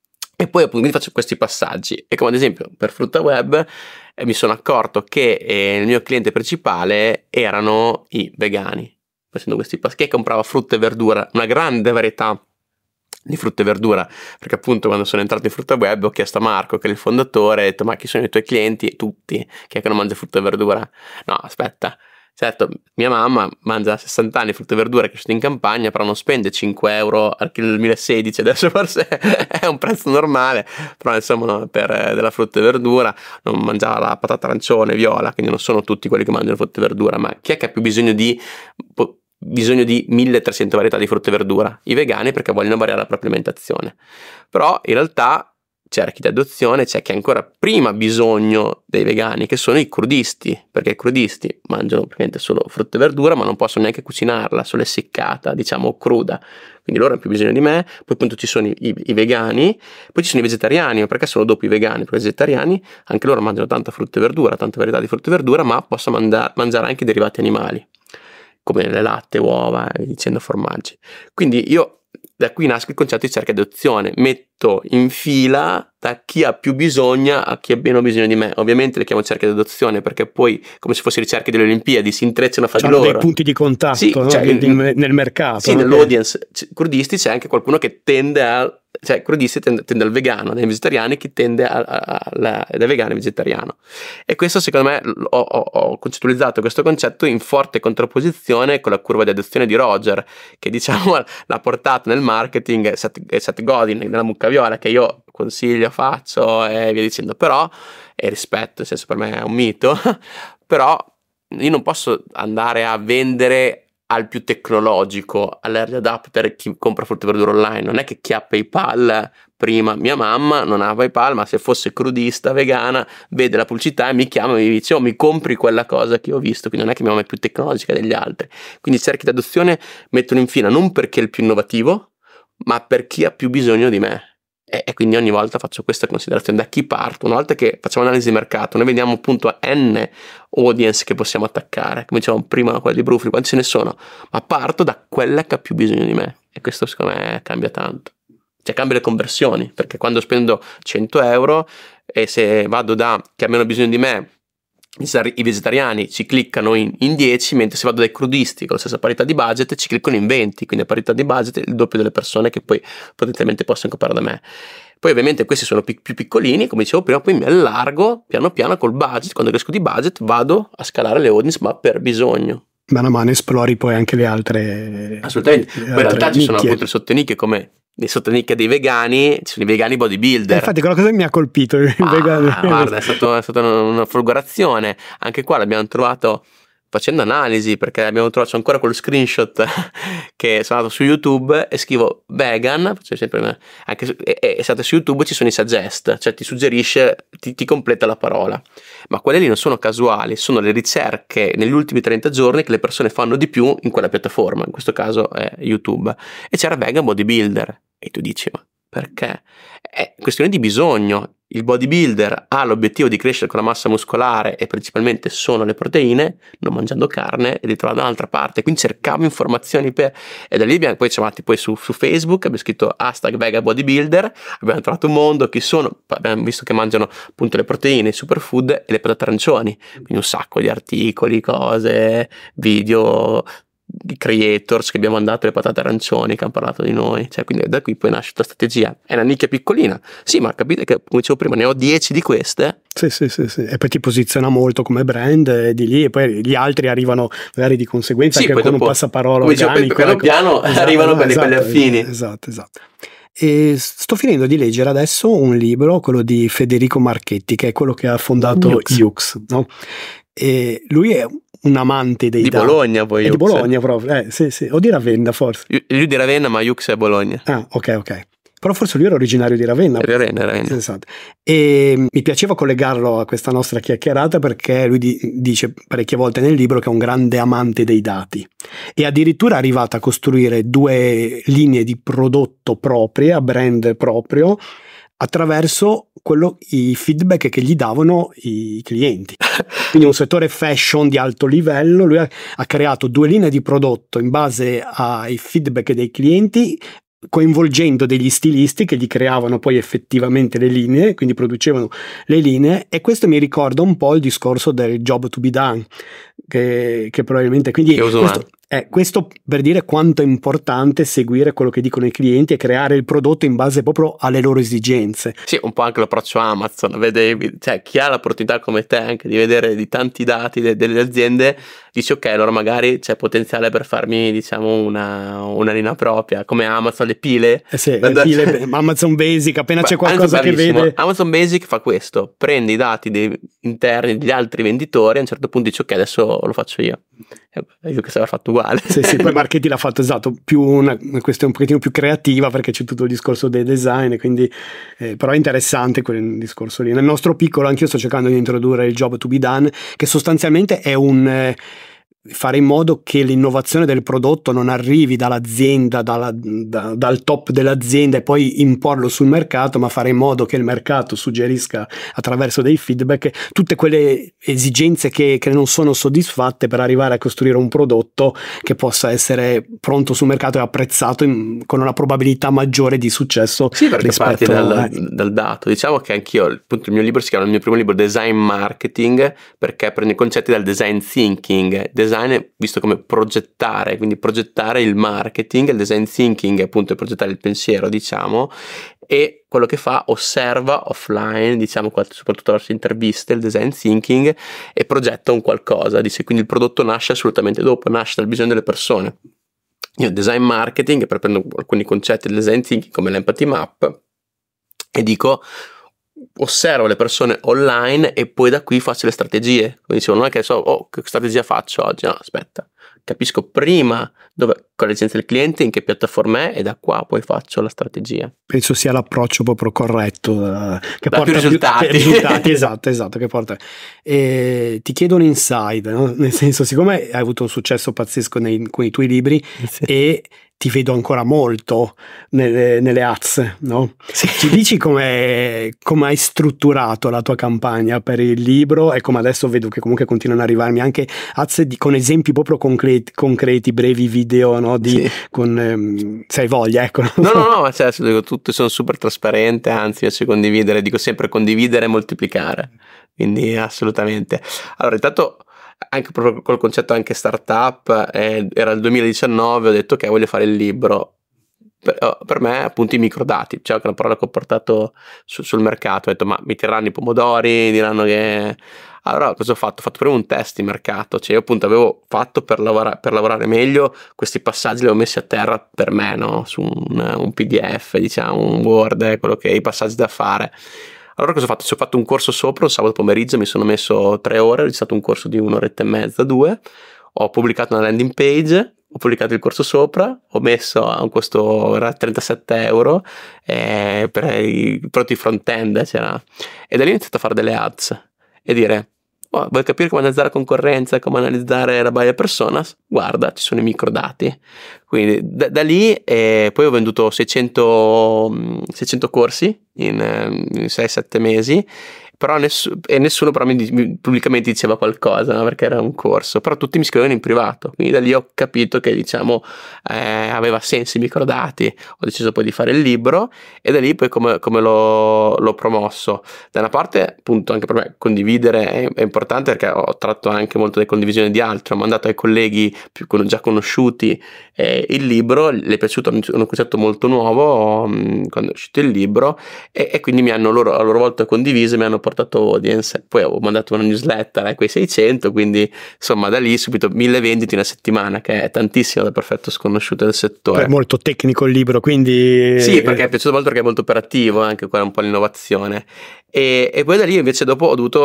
E poi appunto quindi faccio questi passaggi, e come ad esempio per Frutta Web eh, mi sono accorto che eh, il mio cliente principale erano i vegani, facendo questi passaggi, che comprava frutta e verdura, una grande varietà di frutta e verdura, perché appunto quando sono entrato in Frutta Web ho chiesto a Marco, che è il fondatore, ho detto: ma chi sono i tuoi clienti? Tutti, chi è che non mangia frutta e verdura? No, aspetta, certo, mia mamma mangia da sessanta anni frutta e verdura, è cresciuta in campagna, però non spende cinque euro al duemilasedici, adesso forse è un prezzo normale, però insomma no, per eh, della frutta e verdura non mangiava la patata arancione, viola, quindi non sono tutti quelli che mangiano frutta e verdura, ma chi è che ha più bisogno di po- bisogno di milletrecento varietà di frutta e verdura? I vegani, perché vogliono variare la propria alimentazione. Però in realtà c'è chi di adozione, c'è chi ha ancora prima bisogno dei vegani, che sono i crudisti, perché i crudisti mangiano praticamente solo frutta e verdura, ma non possono neanche cucinarla, solo essiccata, diciamo cruda, quindi loro hanno più bisogno di me. Poi appunto ci sono i, i, i vegani, poi ci sono i vegetariani, perché sono dopo i vegani, perché i vegetariani anche loro mangiano tanta frutta e verdura, tanta varietà di frutta e verdura, ma possono manda- mangiare anche derivati animali, come le latte, uova e dicendo formaggi. Quindi io da qui nasce il concetto di cerchio di adozione, metto in fila da chi ha più bisogno a chi ha meno bisogno di me. Ovviamente le chiamo cerchio di adozione perché poi, come se fossero ricerche delle Olimpiadi, si intrecciano fra cioè, di loro. Dei punti di contatto, sì, no? Cioè, in, nel mercato. Sì, no? nell'audience kurdisti c'è anche qualcuno che tende a, cioè kurdisti tende, tende al vegano, dai vegetariani chi tende a, a, a, a, da vegano e vegetariano. E questo secondo me ho, ho, ho concettualizzato questo concetto in forte contrapposizione con la curva di adozione di Roger, che diciamo l'ha portato nel marketing Seth, Seth Godin nella mucca viola, che io consiglio, faccio e via dicendo, però, e rispetto, nel senso per me è un mito, però io non posso andare a vendere al più tecnologico, all'early adapter, chi compra frutta e verdura online. Non è che chi ha PayPal, prima mia mamma non ha PayPal, ma se fosse crudista, vegana, vede la pubblicità e mi chiama e mi dice: oh, mi compri quella cosa che ho visto. Quindi non è che mia mamma è più tecnologica degli altri. Quindi i cerchi di adozione mettono in fila non perché è il più innovativo, ma per chi ha più bisogno di me. E quindi ogni volta faccio questa considerazione: da chi parto? Una volta che facciamo analisi di mercato, noi vediamo appunto n audience che possiamo attaccare, come dicevamo prima quella di Brufoli, quanti ce ne sono, ma parto da quella che ha più bisogno di me, e questo secondo me cambia tanto, cioè cambia le conversioni, perché quando spendo cento euro e se vado da chi ha meno bisogno di me, i vegetariani ci cliccano in, in dieci, mentre se vado dai crudisti con la stessa parità di budget ci cliccano in venti, quindi a parità di budget il doppio delle persone che poi potenzialmente possono comprare da me. Poi ovviamente questi sono pic- più piccolini, come dicevo prima, poi mi allargo piano piano col budget, quando cresco di budget vado a scalare le audience, ma per bisogno. Mano a mano esplori poi anche le altre. Assolutamente, le poi in realtà altre ci sono nicchie. appunto le sottonicchie come le sottonicchie dei vegani, ci sono i vegani bodybuilder. Eh, infatti quella cosa mi ha colpito, il ah, vegano. Guarda, è, stato, è stata una, una folgorazione. Anche qua l'abbiamo trovato facendo analisi, perché abbiamo trovato ancora quello screenshot che sono andato su YouTube e scrivo vegan, sempre, anche se e, e su YouTube ci sono i suggest, cioè ti suggerisce, ti, ti completa la parola, ma quelle lì non sono casuali, sono le ricerche negli ultimi trenta giorni che le persone fanno di più in quella piattaforma, in questo caso è YouTube, e c'era vegan bodybuilder, e tu dici: ma perché? È questione di bisogno. Il bodybuilder ha l'obiettivo di crescere con la massa muscolare e principalmente sono le proteine, non mangiando carne, e li trova da un'altra parte. Quindi cercavo informazioni per, e da lì abbiamo poi siamo andati poi su, su Facebook, abbiamo scritto hashtag vegan bodybuilder, abbiamo trovato un mondo, chi sono, abbiamo visto che mangiano appunto le proteine, i superfood e le patate arancioni, quindi un sacco di articoli, cose, video di creators che abbiamo mandato le patate arancioni che hanno parlato di noi, cioè quindi da qui poi nasce la strategia. È una nicchia piccolina, sì, ma capite che come dicevo prima ne ho dieci di queste. Sì, sì, sì, sì. E poi ti posiziona molto come brand e di lì, e poi gli altri arrivano magari di conseguenza, sì, anche con dopo, un passaparola come dicevo, organico, piano ecco. piano esatto, arrivano quelli, esatto, quelli affini. Esatto, esatto. E sto finendo di leggere adesso un libro, quello di Federico Marchetti, che è quello che ha fondato Yux, no? E lui è un amante dei di dati. Bologna poi. È di Bologna proprio, eh, sì, sì. O di Ravenna forse. Lui di Ravenna, ma Yux è Bologna. Ah, ok, ok. Però forse lui era originario di Ravenna. Ravenna, Ravenna. Esatto. E mi piaceva collegarlo a questa nostra chiacchierata perché lui di, dice parecchie volte nel libro che è un grande amante dei dati e addirittura è arrivato a costruire due linee di prodotto proprie, a brand proprio, attraverso quello, i feedback che gli davano i clienti. Quindi un settore fashion di alto livello, lui ha, ha creato due linee di prodotto in base ai feedback dei clienti, coinvolgendo degli stilisti che gli creavano poi effettivamente le linee, quindi producevano le linee, e questo mi ricorda un po' il discorso del job to be done, che, che probabilmente quindi che questo, eh, questo per dire quanto è importante seguire quello che dicono i clienti e creare il prodotto in base proprio alle loro esigenze. Sì, un po' anche l'approccio Amazon, vede, cioè chi ha l'opportunità come te anche di vedere di tanti dati de, delle aziende, dici ok, allora magari c'è potenziale per farmi diciamo una, una linea propria, come Amazon, le pile. Eh sì, le pile, Amazon Basic, appena c'è qualcosa che vede. Amazon Basic fa questo, prende i dati dei, interni degli altri venditori, a un certo punto dice ok, adesso lo faccio io. Io che sarebbe fatto uguale. Sì, sì, poi marketing l'ha fatto esatto, più una questione un pochettino più creativa perché c'è tutto il discorso dei design, e quindi eh, però è interessante quel discorso lì. Nel nostro piccolo anch'io sto cercando di introdurre il job to be done, che sostanzialmente è un eh, fare in modo che l'innovazione del prodotto non arrivi dall'azienda, dalla, da, dal top dell'azienda e poi imporlo sul mercato, ma fare in modo che il mercato suggerisca attraverso dei feedback tutte quelle esigenze che, che non sono soddisfatte per arrivare a costruire un prodotto che possa essere pronto sul mercato e apprezzato in, con una probabilità maggiore di successo. Sì, perché parti rispetto dal, a, eh. dal dato. Diciamo che anch'io, appunto, il mio libro si chiama, il mio primo libro, Design Marketing, perché prende i concetti dal design thinking. Design visto come progettare, quindi progettare il marketing, il design thinking appunto è progettare il pensiero, diciamo, e quello che fa osserva offline, diciamo, soprattutto attraverso interviste, il design thinking, e progetta un qualcosa, dice, quindi il prodotto nasce assolutamente dopo, nasce dal bisogno delle persone. Io design marketing, per prendo alcuni concetti del design thinking come l'empathy map e dico osservo le persone online e poi da qui faccio le strategie. Quindi dicevo, non è che so, oh, che strategia faccio oggi? No, aspetta, capisco prima dove, con l'esigenza del cliente, in che piattaforma è, e da qua poi faccio la strategia. Penso sia l'approccio proprio corretto, uh, che da porta più risultati. Più, risultati esatto, esatto, che porta. E ti chiedo un insight, no? Nel senso, siccome hai avuto un successo pazzesco nei, con i tuoi libri, sì, e ti vedo ancora molto nelle, nelle ads, no? Sì. Ci dici come hai strutturato la tua campagna per il libro, e come adesso vedo che comunque continuano ad arrivarmi anche ads di, con esempi proprio concreti, concreti brevi video, no? Di, sì. Con, ehm, se hai voglia, ecco. No, no, no, ma cioè, dico, tutte sono super trasparente, anzi piace condividere, dico sempre condividere e moltiplicare, quindi assolutamente. Allora, intanto anche proprio col concetto anche startup, eh, era il duemiladiciannove, ho detto che okay, voglio fare il libro. Per, per me appunto i microdati, cioè che è una parola che ho portato su, sul mercato, ho detto ma mi tirano i pomodori, diranno che... Allora cosa ho fatto? Ho fatto prima un test di mercato, cioè io appunto avevo fatto per, lavora- per lavorare meglio questi passaggi, li avevo messi a terra per me, no? Su un, un P D F, diciamo, un Word, quello che i passaggi da fare. Allora cosa ho fatto? Ci ho fatto un corso sopra, un sabato pomeriggio, mi sono messo tre ore, è stato un corso di un'oretta e mezza, due, ho pubblicato una landing page, ho pubblicato il corso sopra, ho messo a un costo, era trentasette euro, eh, per i prodotti front-end, c'era, e da lì ho iniziato a fare delle ads e dire, oh, vuoi capire come analizzare la concorrenza, come analizzare la buyer personas? Guarda, ci sono i microdati. Quindi da, da lì eh, poi ho venduto seicento, seicento corsi in, in sei sette mesi, però nessuno, e nessuno però mi, mi pubblicamente diceva qualcosa, no? Perché era un corso, però tutti mi scrivevano in privato, quindi da lì ho capito che diciamo eh, aveva senso i microdati, ho deciso poi di fare il libro e da lì poi come, come l'ho, l'ho promosso. Da una parte appunto anche per me condividere è, è importante, perché ho tratto anche molto delle condivisioni di altri, ho mandato ai colleghi più già conosciuti eh, il libro, le è piaciuto, un concetto molto nuovo mh, quando è uscito il libro e, e quindi mi hanno loro a loro volta condiviso, mi hanno portato audience, poi ho mandato una newsletter a quei seicento, quindi insomma da lì subito mille vendite in una settimana, che è tantissimo da perfetto sconosciuto del settore. È molto tecnico il libro, quindi sì, perché è piaciuto molto, perché è molto operativo, anche qua è un po' l'innovazione, e, e poi da lì invece dopo ho dovuto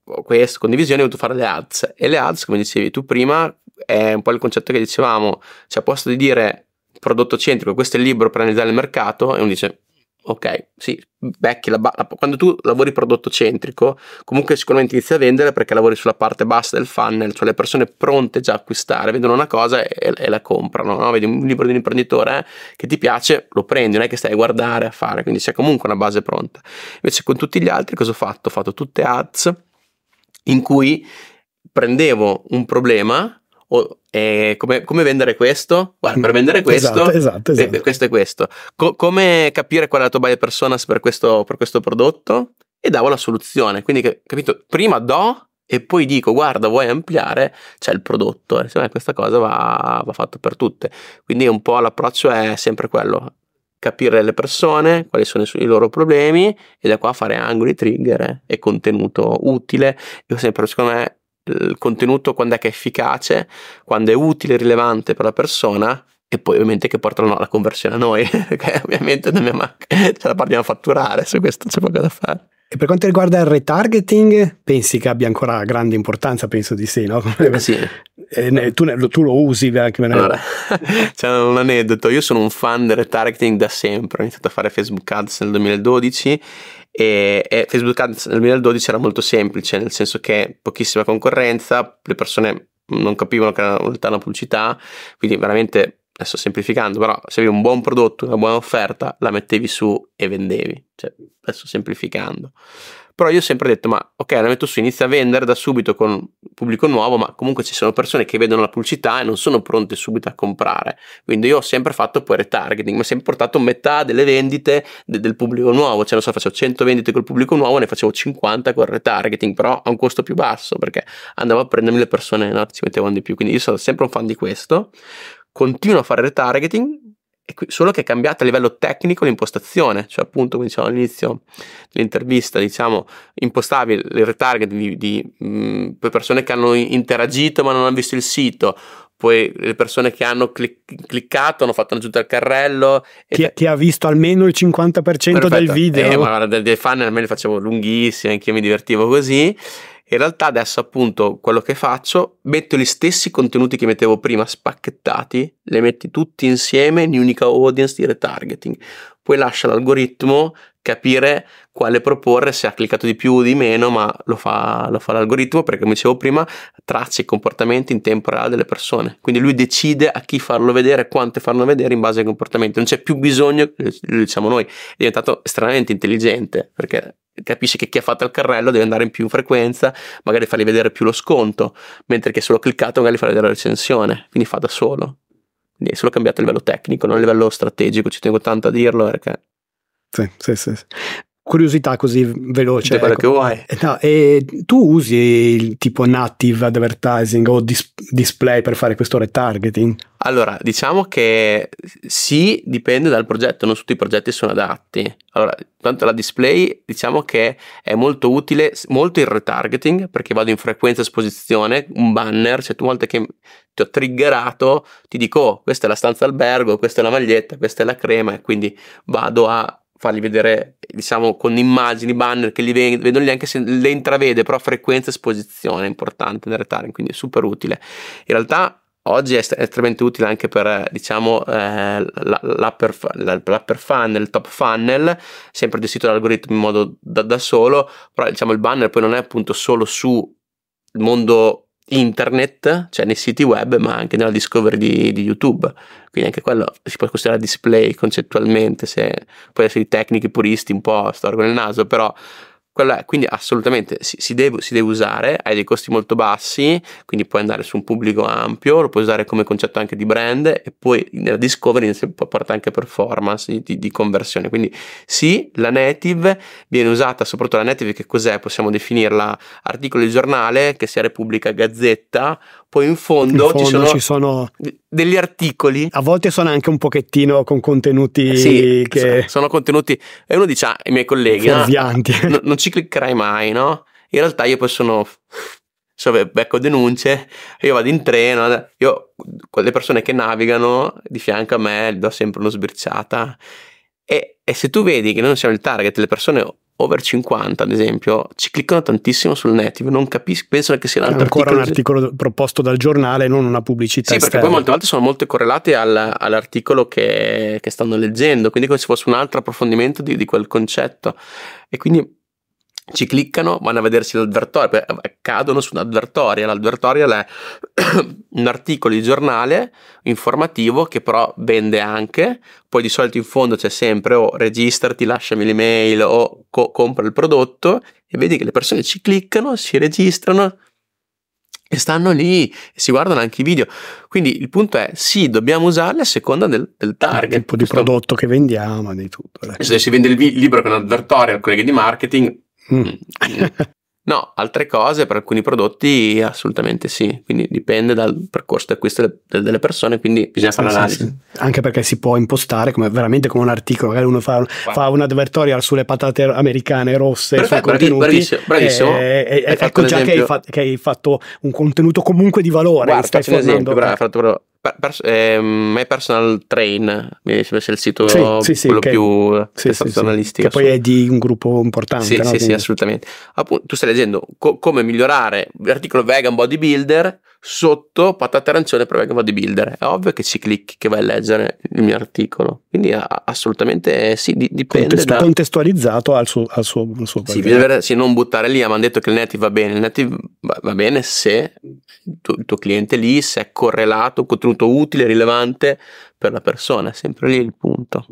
questo, condivisioni, ho dovuto fare le ads, e le ads, come dicevi tu prima, è un po' il concetto che dicevamo, cioè a posto di dire prodotto centrico, questo è il libro per analizzare il mercato, e uno dice ok, sì, becchi la, la, quando tu lavori prodotto centrico comunque sicuramente inizi a vendere perché lavori sulla parte bassa del funnel, cioè le persone pronte già a acquistare vedono una cosa e, e la comprano, no? Vedi un libro di un imprenditore eh, che ti piace, lo prendi, non è che stai a guardare, a fare, quindi c'è comunque una base pronta. Invece con tutti gli altri cosa ho fatto? Ho fatto tutte ads in cui prendevo un problema. Oh, eh, come, come vendere questo? Guarda, per vendere questo, esatto, esatto, esatto. Eh, questo è questo. Co- come capire qual è la tua buyer personas per questo, per questo prodotto? E davo la soluzione. Quindi, capito? Prima do e poi dico, guarda, vuoi ampliare? C'è il prodotto. E eh, questa cosa va, va fatto per tutte. Quindi un po' l'approccio è sempre quello. Capire le persone, quali sono i loro problemi, e da qua fare angoli, trigger eh, e contenuto utile. Io sempre, secondo me, il contenuto quando è che è efficace, quando è utile e rilevante per la persona, e poi ovviamente che portano la conversione a noi, perché ovviamente dobbiamo, ce la partiamo a fatturare, su questo c'è poco da fare. E per quanto riguarda il retargeting, pensi che abbia ancora grande importanza? Penso di sì, no? Eh sì. Eh, tu, tu lo usi anche? Allora, c'è un aneddoto, io sono un fan del retargeting da sempre, ho iniziato a fare Facebook Ads nel duemiladodici e, e Facebook Ads nel duemiladodici era molto semplice, nel senso che pochissima concorrenza, le persone non capivano che era una pubblicità, quindi veramente, adesso semplificando, però se avevi un buon prodotto, una buona offerta, la mettevi su e vendevi, cioè adesso semplificando. Però io ho sempre detto, ma ok, la metto su, inizia a vendere da subito con pubblico nuovo, ma comunque ci sono persone che vedono la pubblicità e non sono pronte subito a comprare. Quindi io ho sempre fatto poi retargeting, mi ha sempre portato metà delle vendite de- del pubblico nuovo, cioè non so, facevo cento vendite col pubblico nuovo, ne facevo cinquanta col retargeting, però a un costo più basso, perché andavo a prendermi le persone, no, ci mettevano di più. Quindi io sono sempre un fan di questo, continuo a fare retargeting, e qui, solo che è cambiata a livello tecnico l'impostazione, cioè appunto come dicevamo all'inizio dell'intervista, diciamo, impostavi il retargeting di, di mh, per persone che hanno interagito ma non hanno visto il sito, poi le persone che hanno clic- cliccato, hanno fatto un'aggiunta al carrello. Chi, e chi ha visto almeno il cinquanta per cento perfetto. del video. Eh, ma guarda, dei funnel me li facevo lunghissimi, anche io mi divertivo così. In realtà adesso appunto quello che faccio, metto gli stessi contenuti che mettevo prima spacchettati, le metti tutti insieme in unica audience di retargeting, poi lascia l'algoritmo capire quale proporre, se ha cliccato di più o di meno, ma lo fa, lo fa l'algoritmo, perché come dicevo prima traccia i comportamenti in tempo reale delle persone, quindi lui decide a chi farlo vedere, quante farlo vedere in base ai comportamenti, non c'è più bisogno, lo diciamo noi, è diventato estremamente intelligente, perché capisce che chi ha fatto il carrello deve andare in più frequenza, magari fargli vedere più lo sconto, mentre che solo cliccato magari fa vedere la recensione, quindi fa da solo. Quindi è solo cambiato a livello tecnico, non a livello strategico, ci tengo tanto a dirlo perché... Sì, sì, sì. Curiosità così veloce. Quello ecco. che vuoi. No, e tu usi il tipo native advertising o dis- display per fare questo retargeting? Allora, diciamo che sì, dipende dal progetto, non tutti i progetti sono adatti. Allora, tanto la display diciamo che è molto utile, molto il retargeting, perché vado in frequenza esposizione, un banner, cioè tu volte che ti ho triggerato, ti dico, oh, questa è la stanza albergo, questa è la maglietta, questa è la crema, e quindi vado a farli vedere, diciamo, con immagini, banner che li vedono lì, anche se le intravede, però frequenza esposizione è importante nel retargeting, quindi è super utile. In realtà oggi è estremamente utile anche per, diciamo, eh, l'upper, l'upper funnel, il top funnel, sempre gestito dall'algoritmo in modo da, da solo, però diciamo il banner poi non è appunto solo sul mondo internet, cioè nei siti web, ma anche nella discovery di, di YouTube, quindi anche quello si può considerare display concettualmente, se poi essere tecnici puristi un po' storgono il naso, però quello è, quindi assolutamente si, si, deve, si deve usare, hai dei costi molto bassi, quindi puoi andare su un pubblico ampio, lo puoi usare come concetto anche di brand, e poi nella discovery si può portare anche performance di, di, di conversione. Quindi sì, la native viene usata, soprattutto la native che cos'è? Possiamo definirla articolo di giornale, che sia Repubblica, Gazzetta, poi in fondo, in fondo ci, sono ci sono degli articoli, a volte sono anche un pochettino con contenuti sì, che sono contenuti, e uno dice, ah, i miei colleghi, fuorvianti. no, non ci cliccherai mai, no? In realtà io poi sono, so, becco denunce, io vado in treno, io con le persone che navigano di fianco a me gli do sempre uno sbirciata, e, e se tu vedi che noi non siamo il target, le persone over cinquanta ad esempio ci cliccano tantissimo sul native, non capisco, pensano che sia un altro ancora articolo. un articolo proposto dal giornale, non una pubblicità sì, perché esterna. poi molte volte sono molto correlati al, all'articolo che, che stanno leggendo, quindi come se fosse un altro approfondimento di, di quel concetto, e quindi ci cliccano, vanno a vedersi l'advertorial, cadono su un advertorial. L'advertorial è un articolo di giornale informativo che però vende anche, poi di solito in fondo c'è sempre o oh, registrati, lasciami l'email o co- compra il prodotto, e vedi che le persone ci cliccano, si registrano e stanno lì e si guardano anche i video. Quindi il punto è, sì, dobbiamo usarli a seconda del, del target, il tipo di questo... prodotto che vendiamo, di tutto. Se si vende il vi- libro con un advertorial, colleghi di marketing, Mm. no, altre cose per alcuni prodotti assolutamente sì, quindi dipende dal percorso di acquisto delle, delle persone, quindi bisogna fare l'analisi. Sì, sì. Anche perché si può impostare come veramente come un articolo, magari uno fa, fa un advertorial sulle patate americane rosse, perfetto, sui contenuti, bravissimo, bravissimo. E, e, e, ecco già che hai, fatto, che hai fatto un contenuto comunque di valore. Guarda, stai faccio un formando... esempio, bravo, hai fatto proprio... Per, per, eh, My Personal Train, mi sembra sia il sito sì, sì, sì, quello che, più sì, sì, giornalistico. Che poi è di un gruppo importante. Sì, no? sì, Quindi... sì, assolutamente. Appunto, tu stai leggendo co- come migliorare l'articolo vegan bodybuilder sotto patate arancione per vegan bodybuilder. È ovvio che ci clicchi, che vai a leggere il mio articolo. Quindi a- assolutamente sì, di- dipende Contestu- da... contestualizzato al suo, al suo, al suo sì, bisogna avere, sì, non buttare lì, ma hanno detto che il native va bene. Il native va, va bene se il tuo, il tuo cliente lì, se è correlato, contenuto utile, rilevante per la persona. È sempre lì il punto.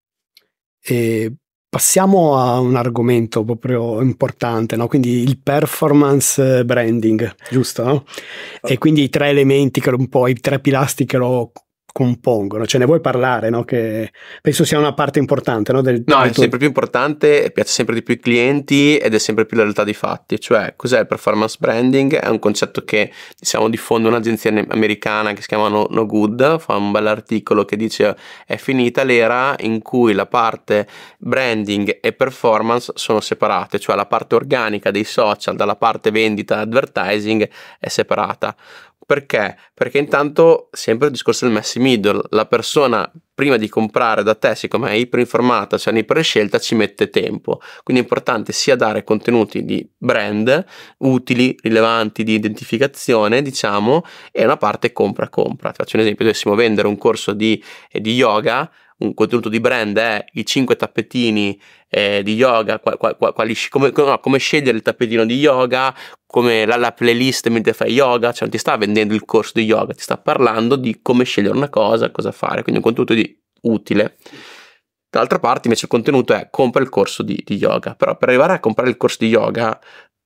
E passiamo a un argomento proprio importante, no? Quindi il performance branding, giusto? No? E quindi i tre elementi, che un po' i tre pilastri che lo compongono. Ce ne vuoi parlare, no? Che penso sia una parte importante, no? Del, no, del è tuo... sempre più importante, piace sempre di più ai clienti ed è sempre più la realtà dei fatti. Cioè, cos'è il performance branding? È un concetto che, diciamo, diffonde un'agenzia americana che si chiama No, no Good, fa un bell'articolo che dice è finita l'era in cui la parte branding e performance sono separate, cioè la parte organica dei social dalla parte vendita advertising è separata. Perché? Perché intanto sempre il discorso del messy middle, la persona prima di comprare da te, siccome è iperinformata, cioè in prescelta, ci mette tempo, quindi è importante sia dare contenuti di brand utili, rilevanti, di identificazione, diciamo, e una parte compra compra. Ti faccio un esempio: dovessimo vendere un corso di, eh, di yoga, un contenuto di brand è i cinque tappetini eh, di yoga, quali, quali, come, no, come scegliere il tappetino di yoga, come la, la playlist mentre fai yoga, cioè non ti sta vendendo il corso di yoga, ti sta parlando di come scegliere una cosa, cosa fare, quindi un contenuto di utile. Dall'altra parte invece il contenuto è compra il corso di, di yoga, però per arrivare a comprare il corso di yoga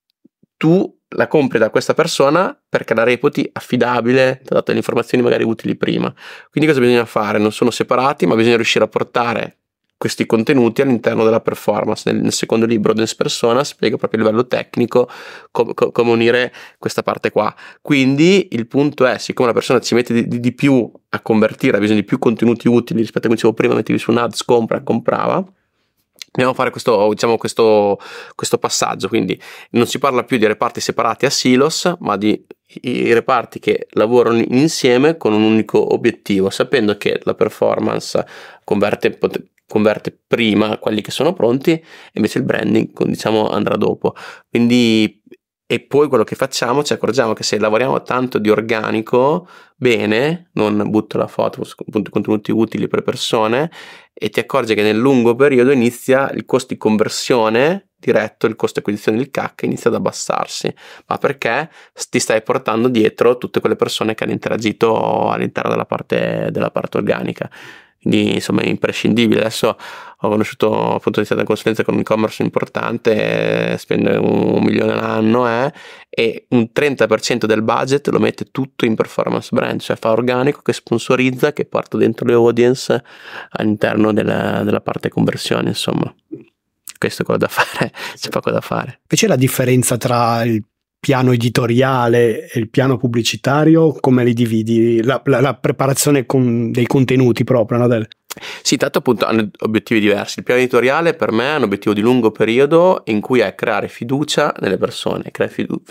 tu la compri da questa persona perché la reputi affidabile, ti ha dato le informazioni magari utili prima. Quindi cosa bisogna fare? Non sono separati, ma bisogna riuscire a portare questi contenuti all'interno della performance. Nel, nel secondo libro Dance Persona spiega proprio a livello tecnico com, com, come unire questa parte qua. Quindi il punto è, siccome la persona ci mette di, di, di più a convertire, ha bisogno di più contenuti utili rispetto a come dicevo prima, mettevi su un ads, compra, comprava, dobbiamo fare questo, diciamo, questo, questo passaggio. Quindi non si parla più di reparti separati a silos, ma di i reparti che lavorano insieme con un unico obiettivo, sapendo che la performance converte, pot- converte prima quelli che sono pronti e invece il branding, diciamo, andrà dopo. Quindi, e poi quello che facciamo, ci accorgiamo che se lavoriamo tanto di organico, bene, non butto la foto, appunto, contenuti utili per persone, e ti accorgi che nel lungo periodo inizia il costo di conversione diretto, il costo di acquisizione del C A C inizia ad abbassarsi. Ma perché ti stai portando dietro tutte quelle persone che hanno interagito all'interno della parte, della parte organica. Quindi insomma è imprescindibile. Adesso ho conosciuto, appunto, ho iniziato una consulenza con un e-commerce importante, eh, spende un milione all'anno eh, e un trenta per cento del budget lo mette tutto in performance brand, cioè fa organico, che sponsorizza, che porta dentro le audience all'interno della, della parte conversione. Insomma, questo è quello da fare, c'è poco da fare. Invece la differenza tra il piano editoriale e il piano pubblicitario, come li dividi? La, la, la preparazione con dei contenuti proprio, no? Del... Sì, tanto appunto hanno obiettivi diversi. Il piano editoriale per me è un obiettivo di lungo periodo in cui è creare fiducia nelle persone, creare fiducia, cioè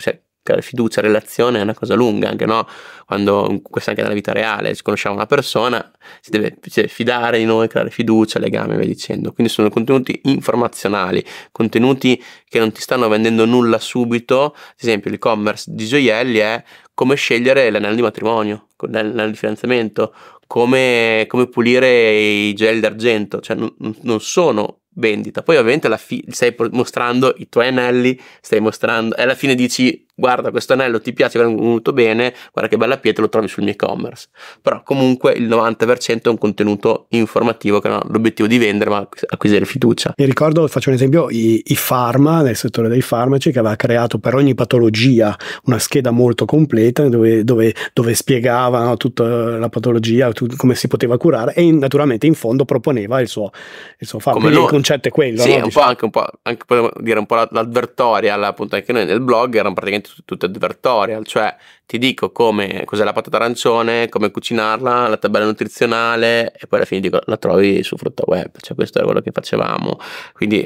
creare fiducia, relazione è una cosa lunga anche, no? Quando, questo anche nella vita reale, ci conosciamo una persona, si deve, si deve fidare di noi, creare fiducia, legame, via dicendo. Quindi sono contenuti informazionali, contenuti che non ti stanno vendendo nulla subito. Ad esempio l'e-commerce di gioielli è come scegliere l'anello di matrimonio, l'anello di fidanzamento, come, come pulire i gioielli d'argento, cioè non, non sono vendita. Poi ovviamente alla fine stai mostrando i tuoi anelli, stai mostrando, e alla fine dici guarda questo anello ti piace, è venuto bene, guarda che bella pietra, lo trovi sul mio e-commerce. Però comunque il novanta per cento è un contenuto informativo che non ha l'obiettivo di vendere ma acquisire fiducia. Mi ricordo, faccio un esempio, i, i pharma, nel settore dei farmaci, che aveva creato per ogni patologia una scheda molto completa dove, dove, dove spiegava, no, tutta la patologia, tut, come si poteva curare, e in, naturalmente in fondo proponeva il suo, il suo farmaco. Quindi il concetto è quello. Sì, no? un diciamo. po' anche un po', anche possiamo dire un po' l'advertorial, appunto anche noi nel blog erano praticamente tutte advertorial, cioè ti dico come cos'è la patata arancione, come cucinarla, la tabella nutrizionale, e poi alla fine dico la trovi su Frutta Web, cioè questo è quello che facevamo. Quindi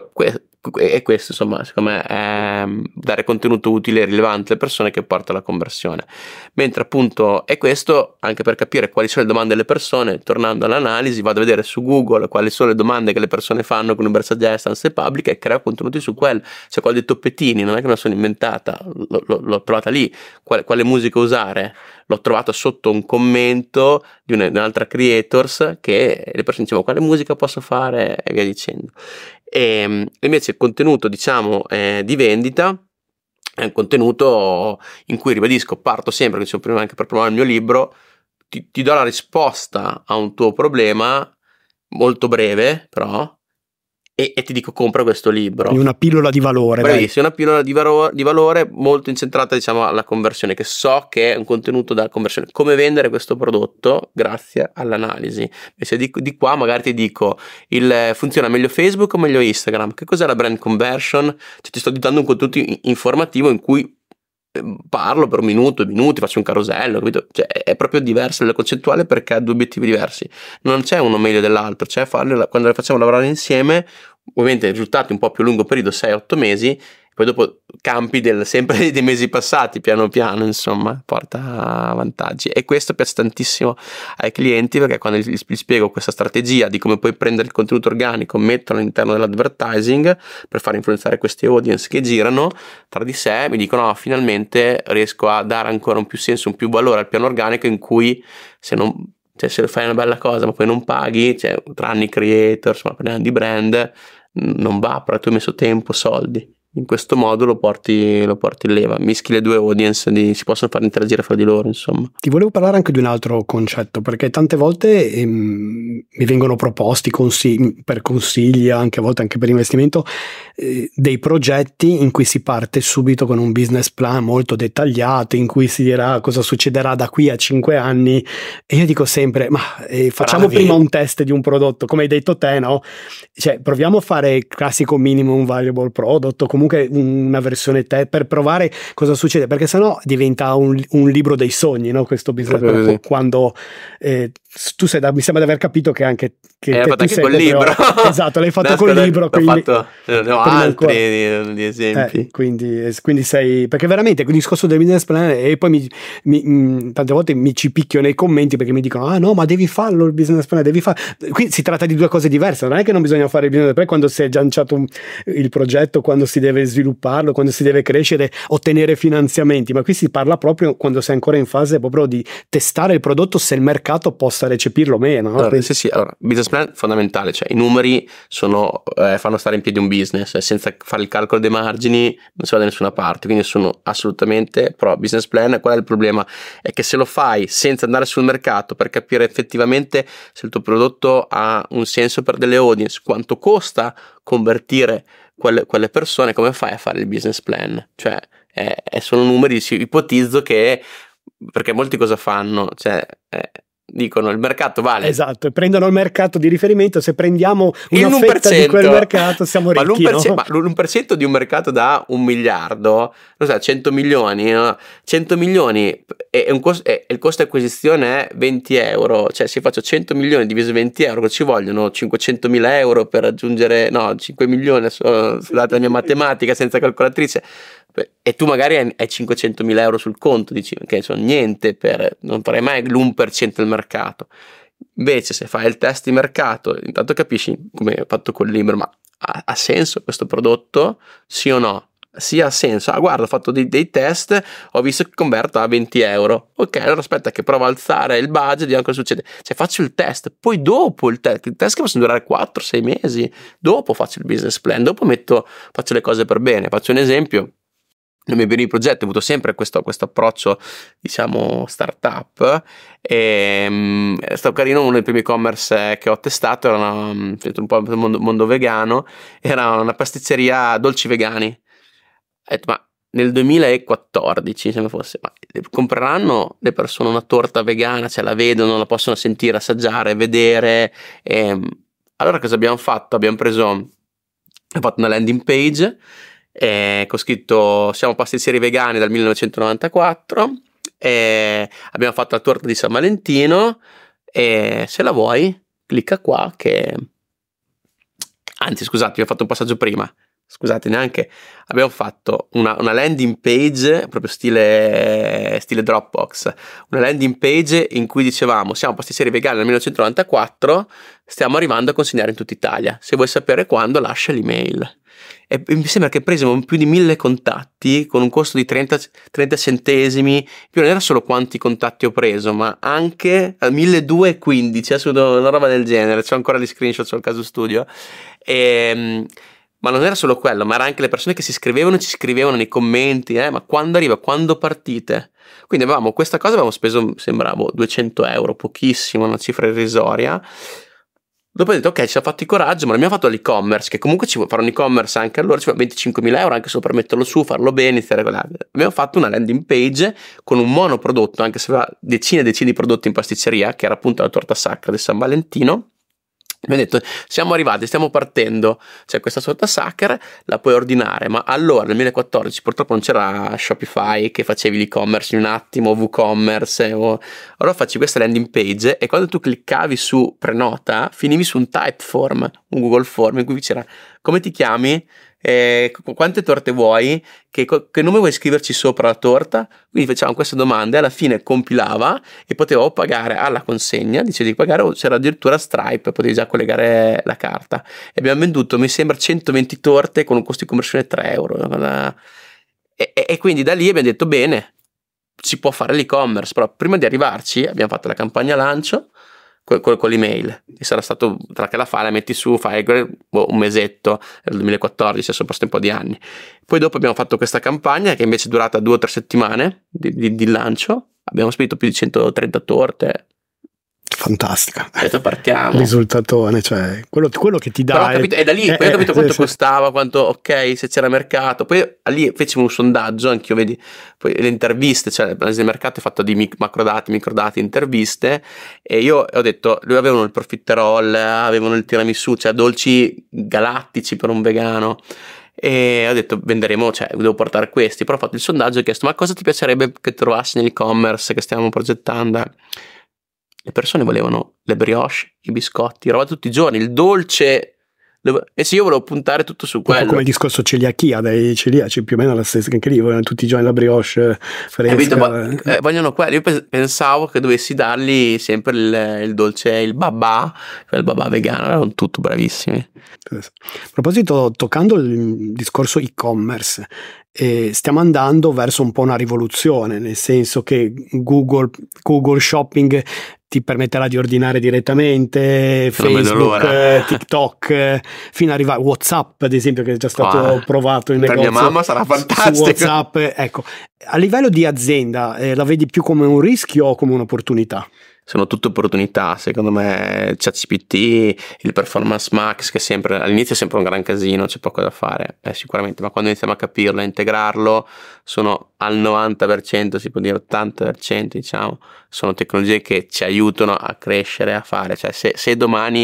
e questo insomma secondo me è dare contenuto utile e rilevante alle persone che porta alla conversione. Mentre appunto è questo anche per capire quali sono le domande delle persone. Tornando all'analisi, vado a vedere su Google quali sono le domande che le persone fanno con Uber Suggestance e Publica e creo contenuti su quello. Cioè quella dei toppettini non è che me la sono inventata, l- l- l'ho trovata lì. Quale, quale musica usare? L'ho trovata sotto un commento di, una, di un'altra creators che le persone dicevano quale musica posso fare e via dicendo. E invece il contenuto diciamo eh, di vendita è un contenuto in cui, ribadisco, parto sempre, come dicevo prima anche per promuovere il mio libro, ti, ti do la risposta a un tuo problema molto breve però e, e ti dico compra questo libro. Una pillola di valore. Bravissima, una pillola di, varo, di valore molto incentrata diciamo alla conversione, che so che è un contenuto da conversione. Come vendere questo prodotto grazie all'analisi. Invece di, di qua magari ti dico il, funziona meglio Facebook o meglio Instagram? Che cos'è la brand conversion? Cioè ti sto dando un contenuto informativo in cui parlo per un minuto, due minuti, faccio un carosello, capito? Cioè è proprio diverso il concettuale perché ha due obiettivi diversi. Non c'è uno meglio dell'altro, cioè farle, quando le facciamo lavorare insieme, ovviamente risultati un po' più lungo periodo, sei otto mesi, poi dopo campi del, sempre dei mesi passati, piano piano, insomma, porta vantaggi. E questo piace tantissimo ai clienti perché quando gli, gli spiego questa strategia di come puoi prendere il contenuto organico, metterlo all'interno dell'advertising per far influenzare questi audience che girano tra di sé, mi dicono oh, finalmente riesco a dare ancora un più senso, un più valore al piano organico in cui se non... Cioè, se fai una bella cosa ma poi non paghi, cioè tranne creator, insomma, parliamo di brand, non va, però tu hai messo tempo, soldi. In questo modo lo porti, lo porti in leva, mischi le due audience, di, si possono far interagire fra di loro, insomma. Ti volevo parlare anche di un altro concetto, perché tante volte ehm, mi vengono proposti consigli, per consigli, anche a volte anche per investimento, eh, dei progetti in cui si parte subito con un business plan molto dettagliato, in cui si dirà cosa succederà da qui a cinque anni, e io dico sempre, ma eh, facciamo Bravi. prima un test di un prodotto, come hai detto te, no? Cioè, proviamo a fare il classico minimum viable product, o comunque una versione te per provare cosa succede, perché sennò diventa un, un libro dei sogni, no? Questo business quando eh, tu sei da, mi sembra di aver capito che anche che, l'hai che fatto tu anche col libro. Esatto, l'hai fatto col libro, quindi fatto, ne ho altri ancora, di esempi. Eh, quindi, quindi sei, perché veramente il discorso del business plan, e poi mi, mi, mh, tante volte mi ci picchio nei commenti perché mi dicono ah no ma devi farlo il business plan, devi farlo. Qui si tratta di due cose diverse, non è che non bisogna fare il business plan quando si è già lanciato un, il progetto, quando si deve svilupparlo, quando si deve crescere, ottenere finanziamenti, ma qui si parla proprio quando sei ancora in fase proprio di testare il prodotto, se il mercato possa recepirlo o meno, no? Allora, Quindi... sì, sì, allora, business plan fondamentale, cioè i numeri sono, eh, fanno stare in piedi un business, senza fare il calcolo dei margini non si va da nessuna parte, quindi sono assolutamente pro business plan. Qual è il problema? È che se lo fai senza andare sul mercato per capire effettivamente se il tuo prodotto ha un senso per delle audience, quanto costa convertire quelle, quelle persone, come fai a fare il business plan? Cioè eh, sono numeri, ipotizzo che, perché molti cosa fanno? Cioè eh, dicono il mercato vale, esatto, prendono il mercato di riferimento, se prendiamo una fetta di quel mercato siamo ricchi, ma l'uno per cento, no? Ma l'uno per cento di un mercato da un miliardo, non so, cento milioni, no? cento milioni e, e, un costo, e il costo di acquisizione è venti euro, cioè se faccio cento milioni diviso venti euro, ci vogliono cinquecentomila euro per raggiungere, no, cinque milioni, scusate la mia matematica senza calcolatrice, e tu magari hai, hai cinquecentomila euro sul conto, dici che sono niente, per, non farei mai l'uno per cento del mercato. Invece se fai il test di mercato, intanto capisci, come ho fatto col libro, ma ha, ha senso questo prodotto? Sì o no? Sì, ha senso. Ah, guarda, ho fatto dei, dei test, ho visto che converto a venti euro. Ok, allora aspetta che provo a alzare il budget, vediamo cosa succede. Cioè faccio il test, poi dopo il test, il test che possono durare quattro sei mesi, dopo faccio il business plan, dopo metto, faccio le cose per bene. Faccio un esempio. Nei miei primi progetti ho avuto sempre questo, questo approccio, diciamo, startup, e um, è stato carino. Uno dei primi e-commerce che ho testato era una, un po' il mondo, mondo vegano, era una pasticceria dolci vegani. Ho detto, ma nel duemilaquattordici, se mi fosse, ma compreranno le persone una torta vegana, cioè la vedono, la possono sentire, assaggiare, vedere, e allora cosa abbiamo fatto? Abbiamo preso, ho fatto una landing page, Eh, con scritto siamo pasticceri vegani dal millenovecentonovantaquattro, e abbiamo fatto la torta di San Valentino, e se la vuoi clicca qua che anzi scusate, vi ho fatto un passaggio prima, scusate, neanche abbiamo fatto una, una landing page proprio stile, stile Dropbox, una landing page in cui dicevamo siamo pasticceri vegani dal millenovecentonovantaquattro, stiamo arrivando a consegnare in tutta Italia, se vuoi sapere quando lascia l'email. E mi sembra che presimo più di mille contatti con un costo di trenta, trenta centesimi, più non era solo quanti contatti ho preso, ma anche a milleduecentoquindici, una roba del genere, c'ho ancora gli screenshot sul caso studio, e, ma non era solo quello, ma era anche le persone che si iscrivevano e ci scrivevano nei commenti, eh, ma quando arriva, quando partite? Quindi avevamo questa cosa, avevamo speso, sembrava duecento euro, pochissimo, una cifra irrisoria. Dopo ho detto ok, ci ha fatto il coraggio, ma l'abbiamo fatto all'e-commerce, che comunque ci vuole fare un e-commerce anche allora, ci vuole venticinquemila euro anche solo per metterlo su, farlo bene, iniziare a regolare. Abbiamo fatto una landing page con un monoprodotto, anche se aveva decine e decine di prodotti in pasticceria, che era appunto la torta sacra di San Valentino. Abbiamo detto siamo arrivati, stiamo partendo, c'è questa torta sacra, la puoi ordinare, ma allora nel duemilaquattordici purtroppo non c'era Shopify che facevi l'e-commerce in un attimo, WooCommerce, o... allora facci questa landing page e quando tu cliccavi su prenota finivi su un Typeform, un Google Form in cui c'era come ti chiami, eh, quante torte vuoi, che, che nome vuoi scriverci sopra la torta, quindi facevamo queste domande, alla fine compilava e potevo pagare alla consegna, dicevi di pagare, o c'era addirittura Stripe, potevi già collegare la carta, e abbiamo venduto mi sembra centoventi torte con un costo di conversione tre euro, e, e, e quindi da lì abbiamo detto bene, si può fare l'e-commerce, però prima di arrivarci abbiamo fatto la campagna lancio con, con, con l'email, e sarà stato tra che la fai, la metti su, fai boh, un mesetto, nel duemilaquattordici, sono passati un po' di anni. Poi dopo abbiamo fatto questa campagna che invece è durata due o tre settimane di, di, di lancio, abbiamo spedito più di centotrenta torte. Fantastica. Adesso partiamo. Risultatone, cioè quello, quello che ti dà. Però ho capito, è da lì, eh, poi ho capito eh, quanto eh, costava, quanto, ok, se c'era mercato. Poi lì fecimo un sondaggio, anch'io, vedi, poi le interviste, cioè l'analisi del mercato è fatta di mic- macrodati, microdati, interviste, e io ho detto, lui avevano il profiterol, avevano il tiramisù, cioè dolci galattici per un vegano. E ho detto venderemo, cioè devo portare questi. Però ho fatto il sondaggio e ho chiesto ma cosa ti piacerebbe che trovassi nell'e-commerce che stiamo progettando? Le persone volevano le brioche, i biscotti, roba tutti i giorni, il dolce, e se io volevo puntare tutto su quello. Come il discorso celiachia dai celiaci, più o meno la stessa, anche lì vogliono tutti i giorni la brioche fresca. Eh, eh, vogliono quello. Io pensavo che dovessi dargli sempre il, il dolce, il babà, il babà vegano, erano tutti bravissimi. A proposito, toccando il discorso e-commerce, eh, stiamo andando verso un po' una rivoluzione, nel senso che Google, Google Shopping ti permetterà di ordinare direttamente, Facebook, eh, TikTok, eh, fino ad arrivare WhatsApp, ad esempio, che è già stato ah, provato in per negozio. Per mia mamma sarà fantastico. WhatsApp, ecco. A livello di azienda, eh, la vedi più come un rischio o come un'opportunità? Sono tutte opportunità, secondo me. ChatGPT, il Performance Max, che sempre all'inizio è sempre un gran casino, c'è poco da fare, eh, sicuramente, ma quando iniziamo a capirlo, a integrarlo, sono al novanta per cento, si può dire ottanta per cento, diciamo, sono tecnologie che ci aiutano a crescere, a fare, cioè se, se domani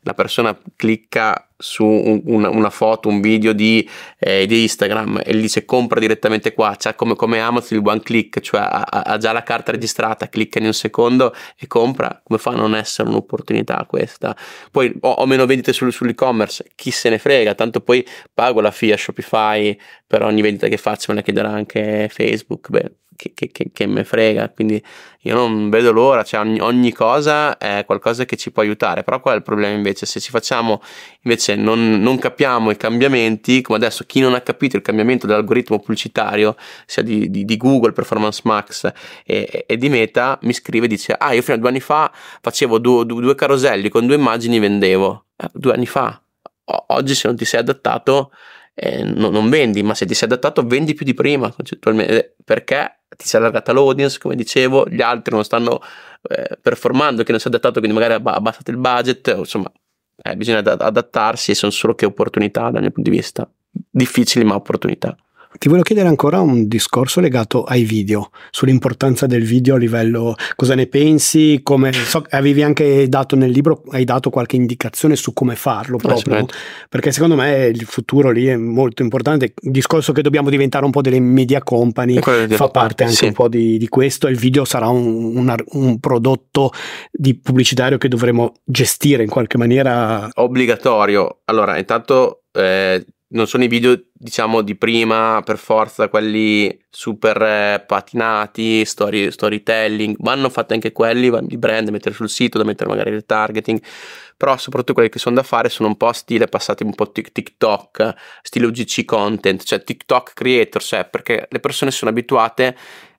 la persona clicca su un, una, una foto, un video di, eh, di Instagram e gli dice compra direttamente qua, c'ha come, come Amazon il one click, cioè ha, ha già la carta registrata, clicca in un secondo e compra, come fa a non essere un'opportunità questa? Poi ho, ho meno vendite sul, sull'e-commerce, chi se ne frega, tanto poi pago la fee a Shopify per ogni vendita che faccio, me la chiederà anche Facebook, beh, che, che, che, che me frega, quindi io non vedo l'ora, cioè ogni, ogni cosa è qualcosa che ci può aiutare, però qual è il problema invece? Se ci facciamo invece non, non capiamo i cambiamenti, come adesso chi non ha capito il cambiamento dell'algoritmo pubblicitario sia di, di, di Google, Performance Max e, e di Meta, mi scrive e dice ah io fino a due anni fa facevo due, due, due caroselli con due immagini, vendevo eh, due anni fa, o, oggi se non ti sei adattato eh, no, non vendi, ma se ti sei adattato vendi più di prima concettualmente, perché ti si è allargata l'audience, come dicevo, gli altri non stanno eh, performando, che non si è adattato, quindi magari ha abbassato il budget, insomma eh, bisogna adattarsi e sono solo che opportunità dal mio punto di vista, difficili ma opportunità. Ti volevo chiedere ancora un discorso legato ai video, sull'importanza del video a livello, cosa ne pensi, come so, avevi anche dato nel libro, hai dato qualche indicazione su come farlo proprio, perché secondo me il futuro lì è molto importante, il discorso che dobbiamo diventare un po' delle media company fa parte anche sì. un po' di, di questo, il video sarà un, un, un prodotto di pubblicitario che dovremo gestire in qualche maniera. Obbligatorio, allora intanto eh, non sono i video diciamo di prima per forza quelli super eh, patinati, story, storytelling, vanno fatti anche quelli, vanno di brand, mettere sul sito, da mettere magari il targeting, però soprattutto quelli che sono da fare sono un po' stile passati un po' TikTok, stile U G C content, cioè TikTok creators, cioè perché le persone sono abituate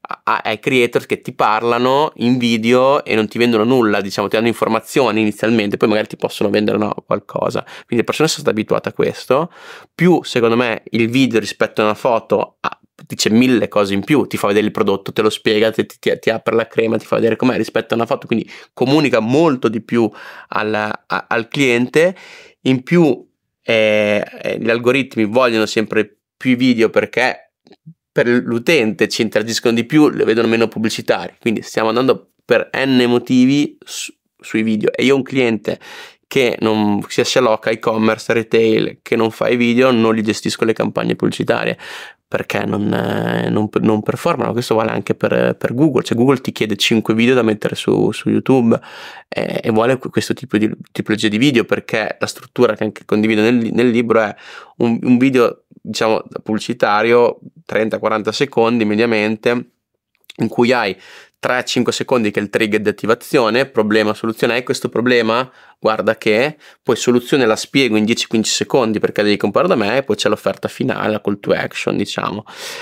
ai creator che ti parlano in video e non ti vendono nulla, diciamo ti danno informazioni inizialmente, poi magari ti possono vendere no, qualcosa, quindi le persone sono state abituate a questo, più secondo me il video rispetto a una foto ah, dice mille cose in più, ti fa vedere il prodotto, te lo spiega, ti, ti, ti apre la crema, ti fa vedere com'è rispetto a una foto, quindi comunica molto di più al, a, al cliente, in più eh, gli algoritmi vogliono sempre più video perché per l'utente ci interagiscono di più, le vedono meno pubblicitari, quindi stiamo andando per n motivi su, sui video, e io un cliente che non sia scialocca, e-commerce, retail, che non fa i video, non gli gestisco le campagne pubblicitarie perché non, eh, non, non performano. Questo vale anche per, per Google, cioè Google ti chiede cinque video da mettere su, su YouTube eh, e vuole questo tipo di tipologia di video, perché la struttura che anche condivido nel, nel libro è un, un video diciamo pubblicitario trenta quaranta secondi mediamente, in cui hai tre cinque secondi che è il trigger di attivazione, problema, soluzione, hai questo problema, guarda che, poi soluzione la spiego in dieci quindici secondi perché devi comprare da me, e poi c'è l'offerta finale, la call to action diciamo.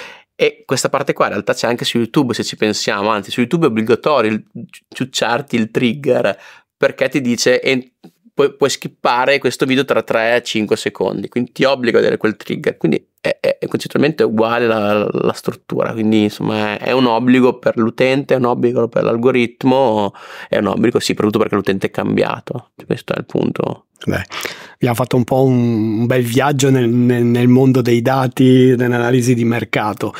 E questa parte qua in realtà c'è anche su YouTube, se ci pensiamo, anzi su YouTube è obbligatorio ciucciarti il trigger, perché ti dice e puoi, puoi skippare questo video tra tre cinque secondi, quindi ti obbliga a vedere quel trigger, quindi è, è, è concettualmente uguale la, la struttura, quindi insomma è, è un obbligo per l'utente, è un obbligo per l'algoritmo, è un obbligo sì, soprattutto perché l'utente è cambiato, questo è il punto. Beh, abbiamo fatto un po' un, un bel viaggio nel, nel, nel mondo dei dati, nell'analisi di mercato,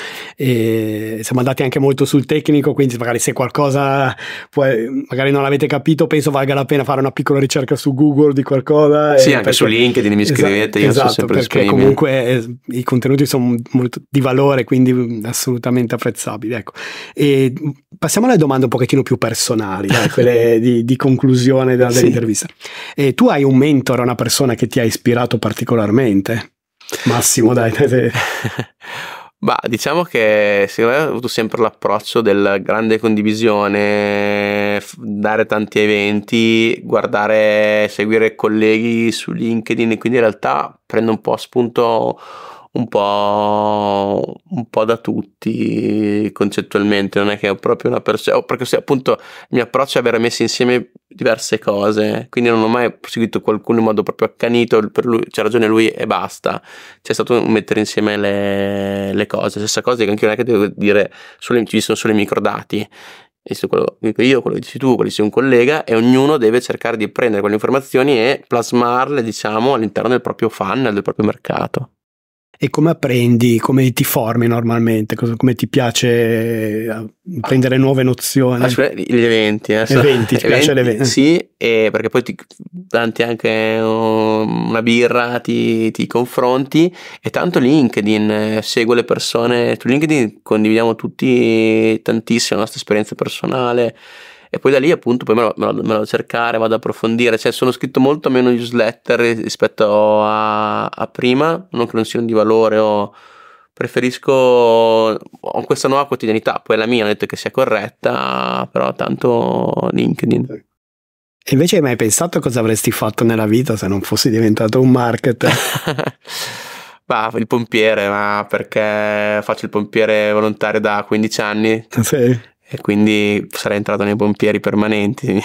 e siamo andati anche molto sul tecnico, quindi magari se qualcosa puoi, magari non l'avete capito, penso valga la pena fare una piccola ricerca su Google di qualcosa. Sì, anche perché, su LinkedIn mi scrivete, io esatto, sono sempre perché disponibile. comunque eh, i contenuti sono molto di valore, quindi assolutamente apprezzabili. Ecco. E passiamo alle domande un pochettino più personali, dai, quelle di, di conclusione della, dell'intervista. Sì. E tu hai un mentore, una persona che ti ha ispirato particolarmente? Massimo, dai. Bah, diciamo che secondo me ho avuto sempre l'approccio del grande condivisione, dare tanti eventi, guardare, seguire colleghi su LinkedIn, e quindi in realtà prendo un po' spunto un po' un po' da tutti concettualmente, non è che ho proprio una persona, perché se appunto il mio approccio è aver messo insieme diverse cose, quindi non ho mai seguito qualcuno in modo proprio accanito, per lui c'ha ragione lui e basta, c'è stato un mettere insieme le, le cose, stessa cosa che anche non è che devo dire solo, ci sono solo i microdati, quello che dico io, quello che dici tu, quello che dice un collega, e ognuno deve cercare di prendere quelle informazioni e plasmarle diciamo all'interno del proprio funnel, del proprio mercato. E come apprendi, come ti formi normalmente, Cosa, come ti piace prendere nuove nozioni? Gli eventi, eh, eventi, ti eventi, piace l'evento? Sì, e perché poi ti danti anche una birra, ti, ti confronti, e tanto LinkedIn, seguo le persone, su LinkedIn condividiamo tutti tantissimo la nostra esperienza personale. E poi da lì appunto poi me lo, me lo, me lo vado a cercare, vado ad approfondire, cioè sono scritto molto meno newsletter rispetto a, a prima, non che non siano di valore, o preferisco, ho questa nuova quotidianità, poi la mia, ho detto che sia corretta, però tanto LinkedIn. E invece hai mai pensato cosa avresti fatto nella vita se non fossi diventato un marketer? Bah, il pompiere, ma perché faccio il pompiere volontario da quindici anni. Sì. E quindi sarei entrato nei pompieri permanenti.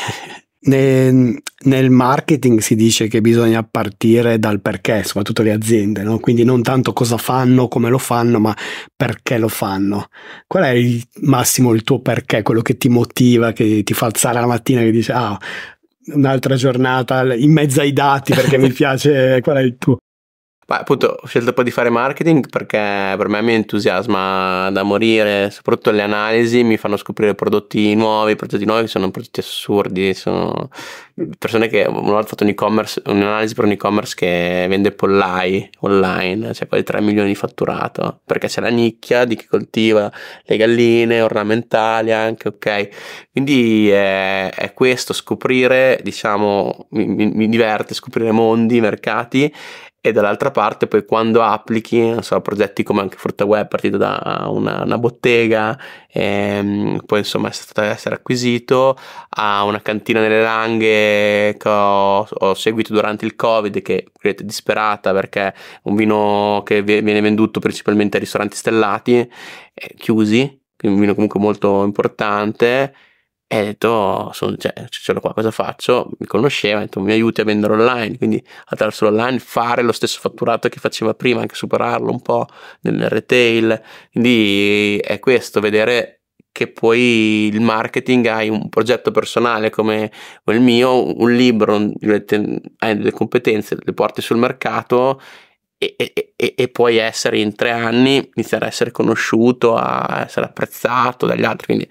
Nel, nel marketing si dice che bisogna partire dal perché, soprattutto le aziende, no? Quindi non tanto cosa fanno, come lo fanno, ma perché lo fanno. Qual è il massimo il tuo perché, quello che ti motiva, che ti fa alzare la mattina, che dice ah, un'altra giornata in mezzo ai dati perché mi piace, qual è il tuo? Ma appunto ho scelto poi di fare marketing perché per me mi entusiasma da morire, soprattutto le analisi mi fanno scoprire prodotti nuovi, progetti nuovi che sono progetti assurdi, sono persone che una volta ho fatto un e-commerce, un'analisi per un e-commerce che vende pollai online, cioè quasi tre milioni di fatturato, perché c'è la nicchia di chi coltiva le galline ornamentali anche, ok? Quindi è, è questo, scoprire, diciamo, mi, mi, mi diverte scoprire mondi, mercati. E dall'altra parte poi quando applichi, non so, progetti come anche FruttaWeb, partito da una, una bottega, ehm, poi insomma è stato essere acquisito, a una cantina nelle Langhe che ho, ho seguito durante il Covid, che è disperata perché è un vino che viene venduto principalmente ai ristoranti stellati, eh, chiusi, un vino comunque molto importante. E ho detto, sono, cioè, ce l'ho qua, cosa faccio? Mi conosceva, ho detto, mi aiuti a vendere online, quindi attraverso l'online fare lo stesso fatturato che faceva prima, anche superarlo un po' nel retail. Quindi è questo, vedere che poi il marketing hai un progetto personale come il mio, un libro, hai delle competenze, le porti sul mercato e, e, e, e puoi essere in tre anni, iniziare a essere conosciuto, a essere apprezzato dagli altri, quindi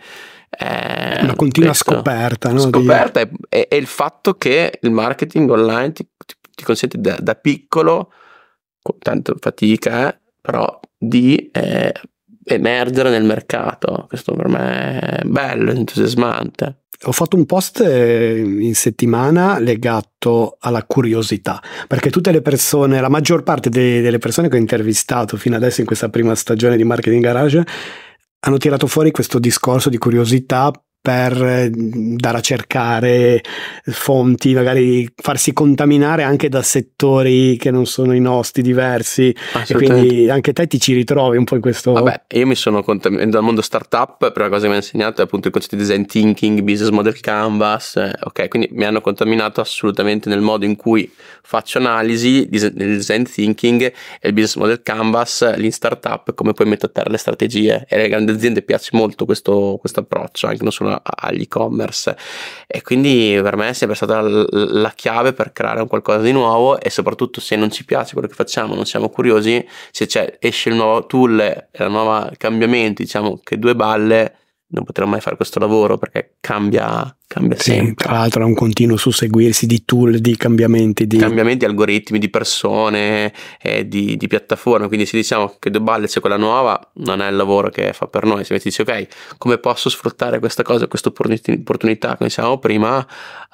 è una continua questo, scoperta, no? Scoperta di... è, è il fatto che il marketing online ti, ti, ti consente da, da piccolo, con tanta fatica, eh, però di eh, emergere nel mercato. Questo per me è bello, entusiasmante. Ho fatto un post in settimana legato alla curiosità, perché tutte le persone, la maggior parte de- delle persone che ho intervistato fino adesso in questa prima stagione di Marketing Garage hanno tirato fuori questo discorso di curiosità per dare a cercare fonti, magari farsi contaminare anche da settori che non sono i nostri, diversi, e quindi anche te ti ci ritrovi un po' in questo. Vabbè, io mi sono contaminato dal mondo startup, la prima cosa che mi ha insegnato è appunto il concetto di design thinking, business model canvas, eh, ok, quindi mi hanno contaminato assolutamente nel modo in cui faccio analisi, il design thinking e il business model canvas, l'in startup, come poi metto a terra le strategie, e alle grandi aziende piace molto questo, questo approccio, anche non solo agli e-commerce, e quindi per me è sempre stata la, la chiave per creare un qualcosa di nuovo, e soprattutto se non ci piace quello che facciamo, non siamo curiosi, se c'è, esce il nuovo tool e la nuova cambiamento, diciamo che due balle, non potremo mai fare questo lavoro perché cambia, cambia sì, sempre. Tra l'altro è un continuo susseguirsi di tool, di cambiamenti, di cambiamenti, algoritmi, di persone, eh, di, di piattaforme. Quindi se diciamo che due balle c'è quella nuova, non è il lavoro che fa per noi. Se mi dici ok, come posso sfruttare questa cosa, questa opportunità come dicevamo prima,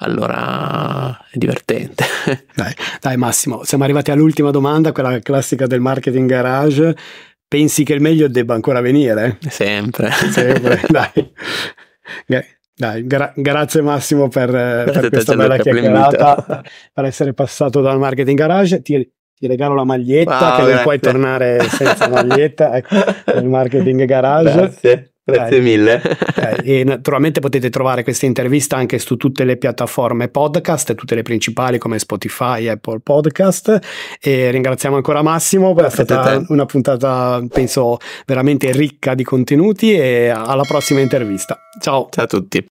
allora è divertente. Dai, dai Massimo, siamo arrivati all'ultima domanda, quella classica del Marketing Garage. Pensi che il meglio debba ancora venire? Sempre. Sempre, dai. Dai, gra- grazie Massimo per, per questa bella chiacchierata, per essere passato dal Marketing Garage. Ti, ti regalo la maglietta, wow, che non puoi tornare senza maglietta, ecco, del Marketing Garage. Grazie. Grazie eh, mille. Eh, e naturalmente potete trovare questa intervista anche su tutte le piattaforme podcast, tutte le principali come Spotify, Apple Podcast, e ringraziamo ancora Massimo, è stata una puntata penso veramente ricca di contenuti, e alla prossima intervista. Ciao. Ciao a tutti.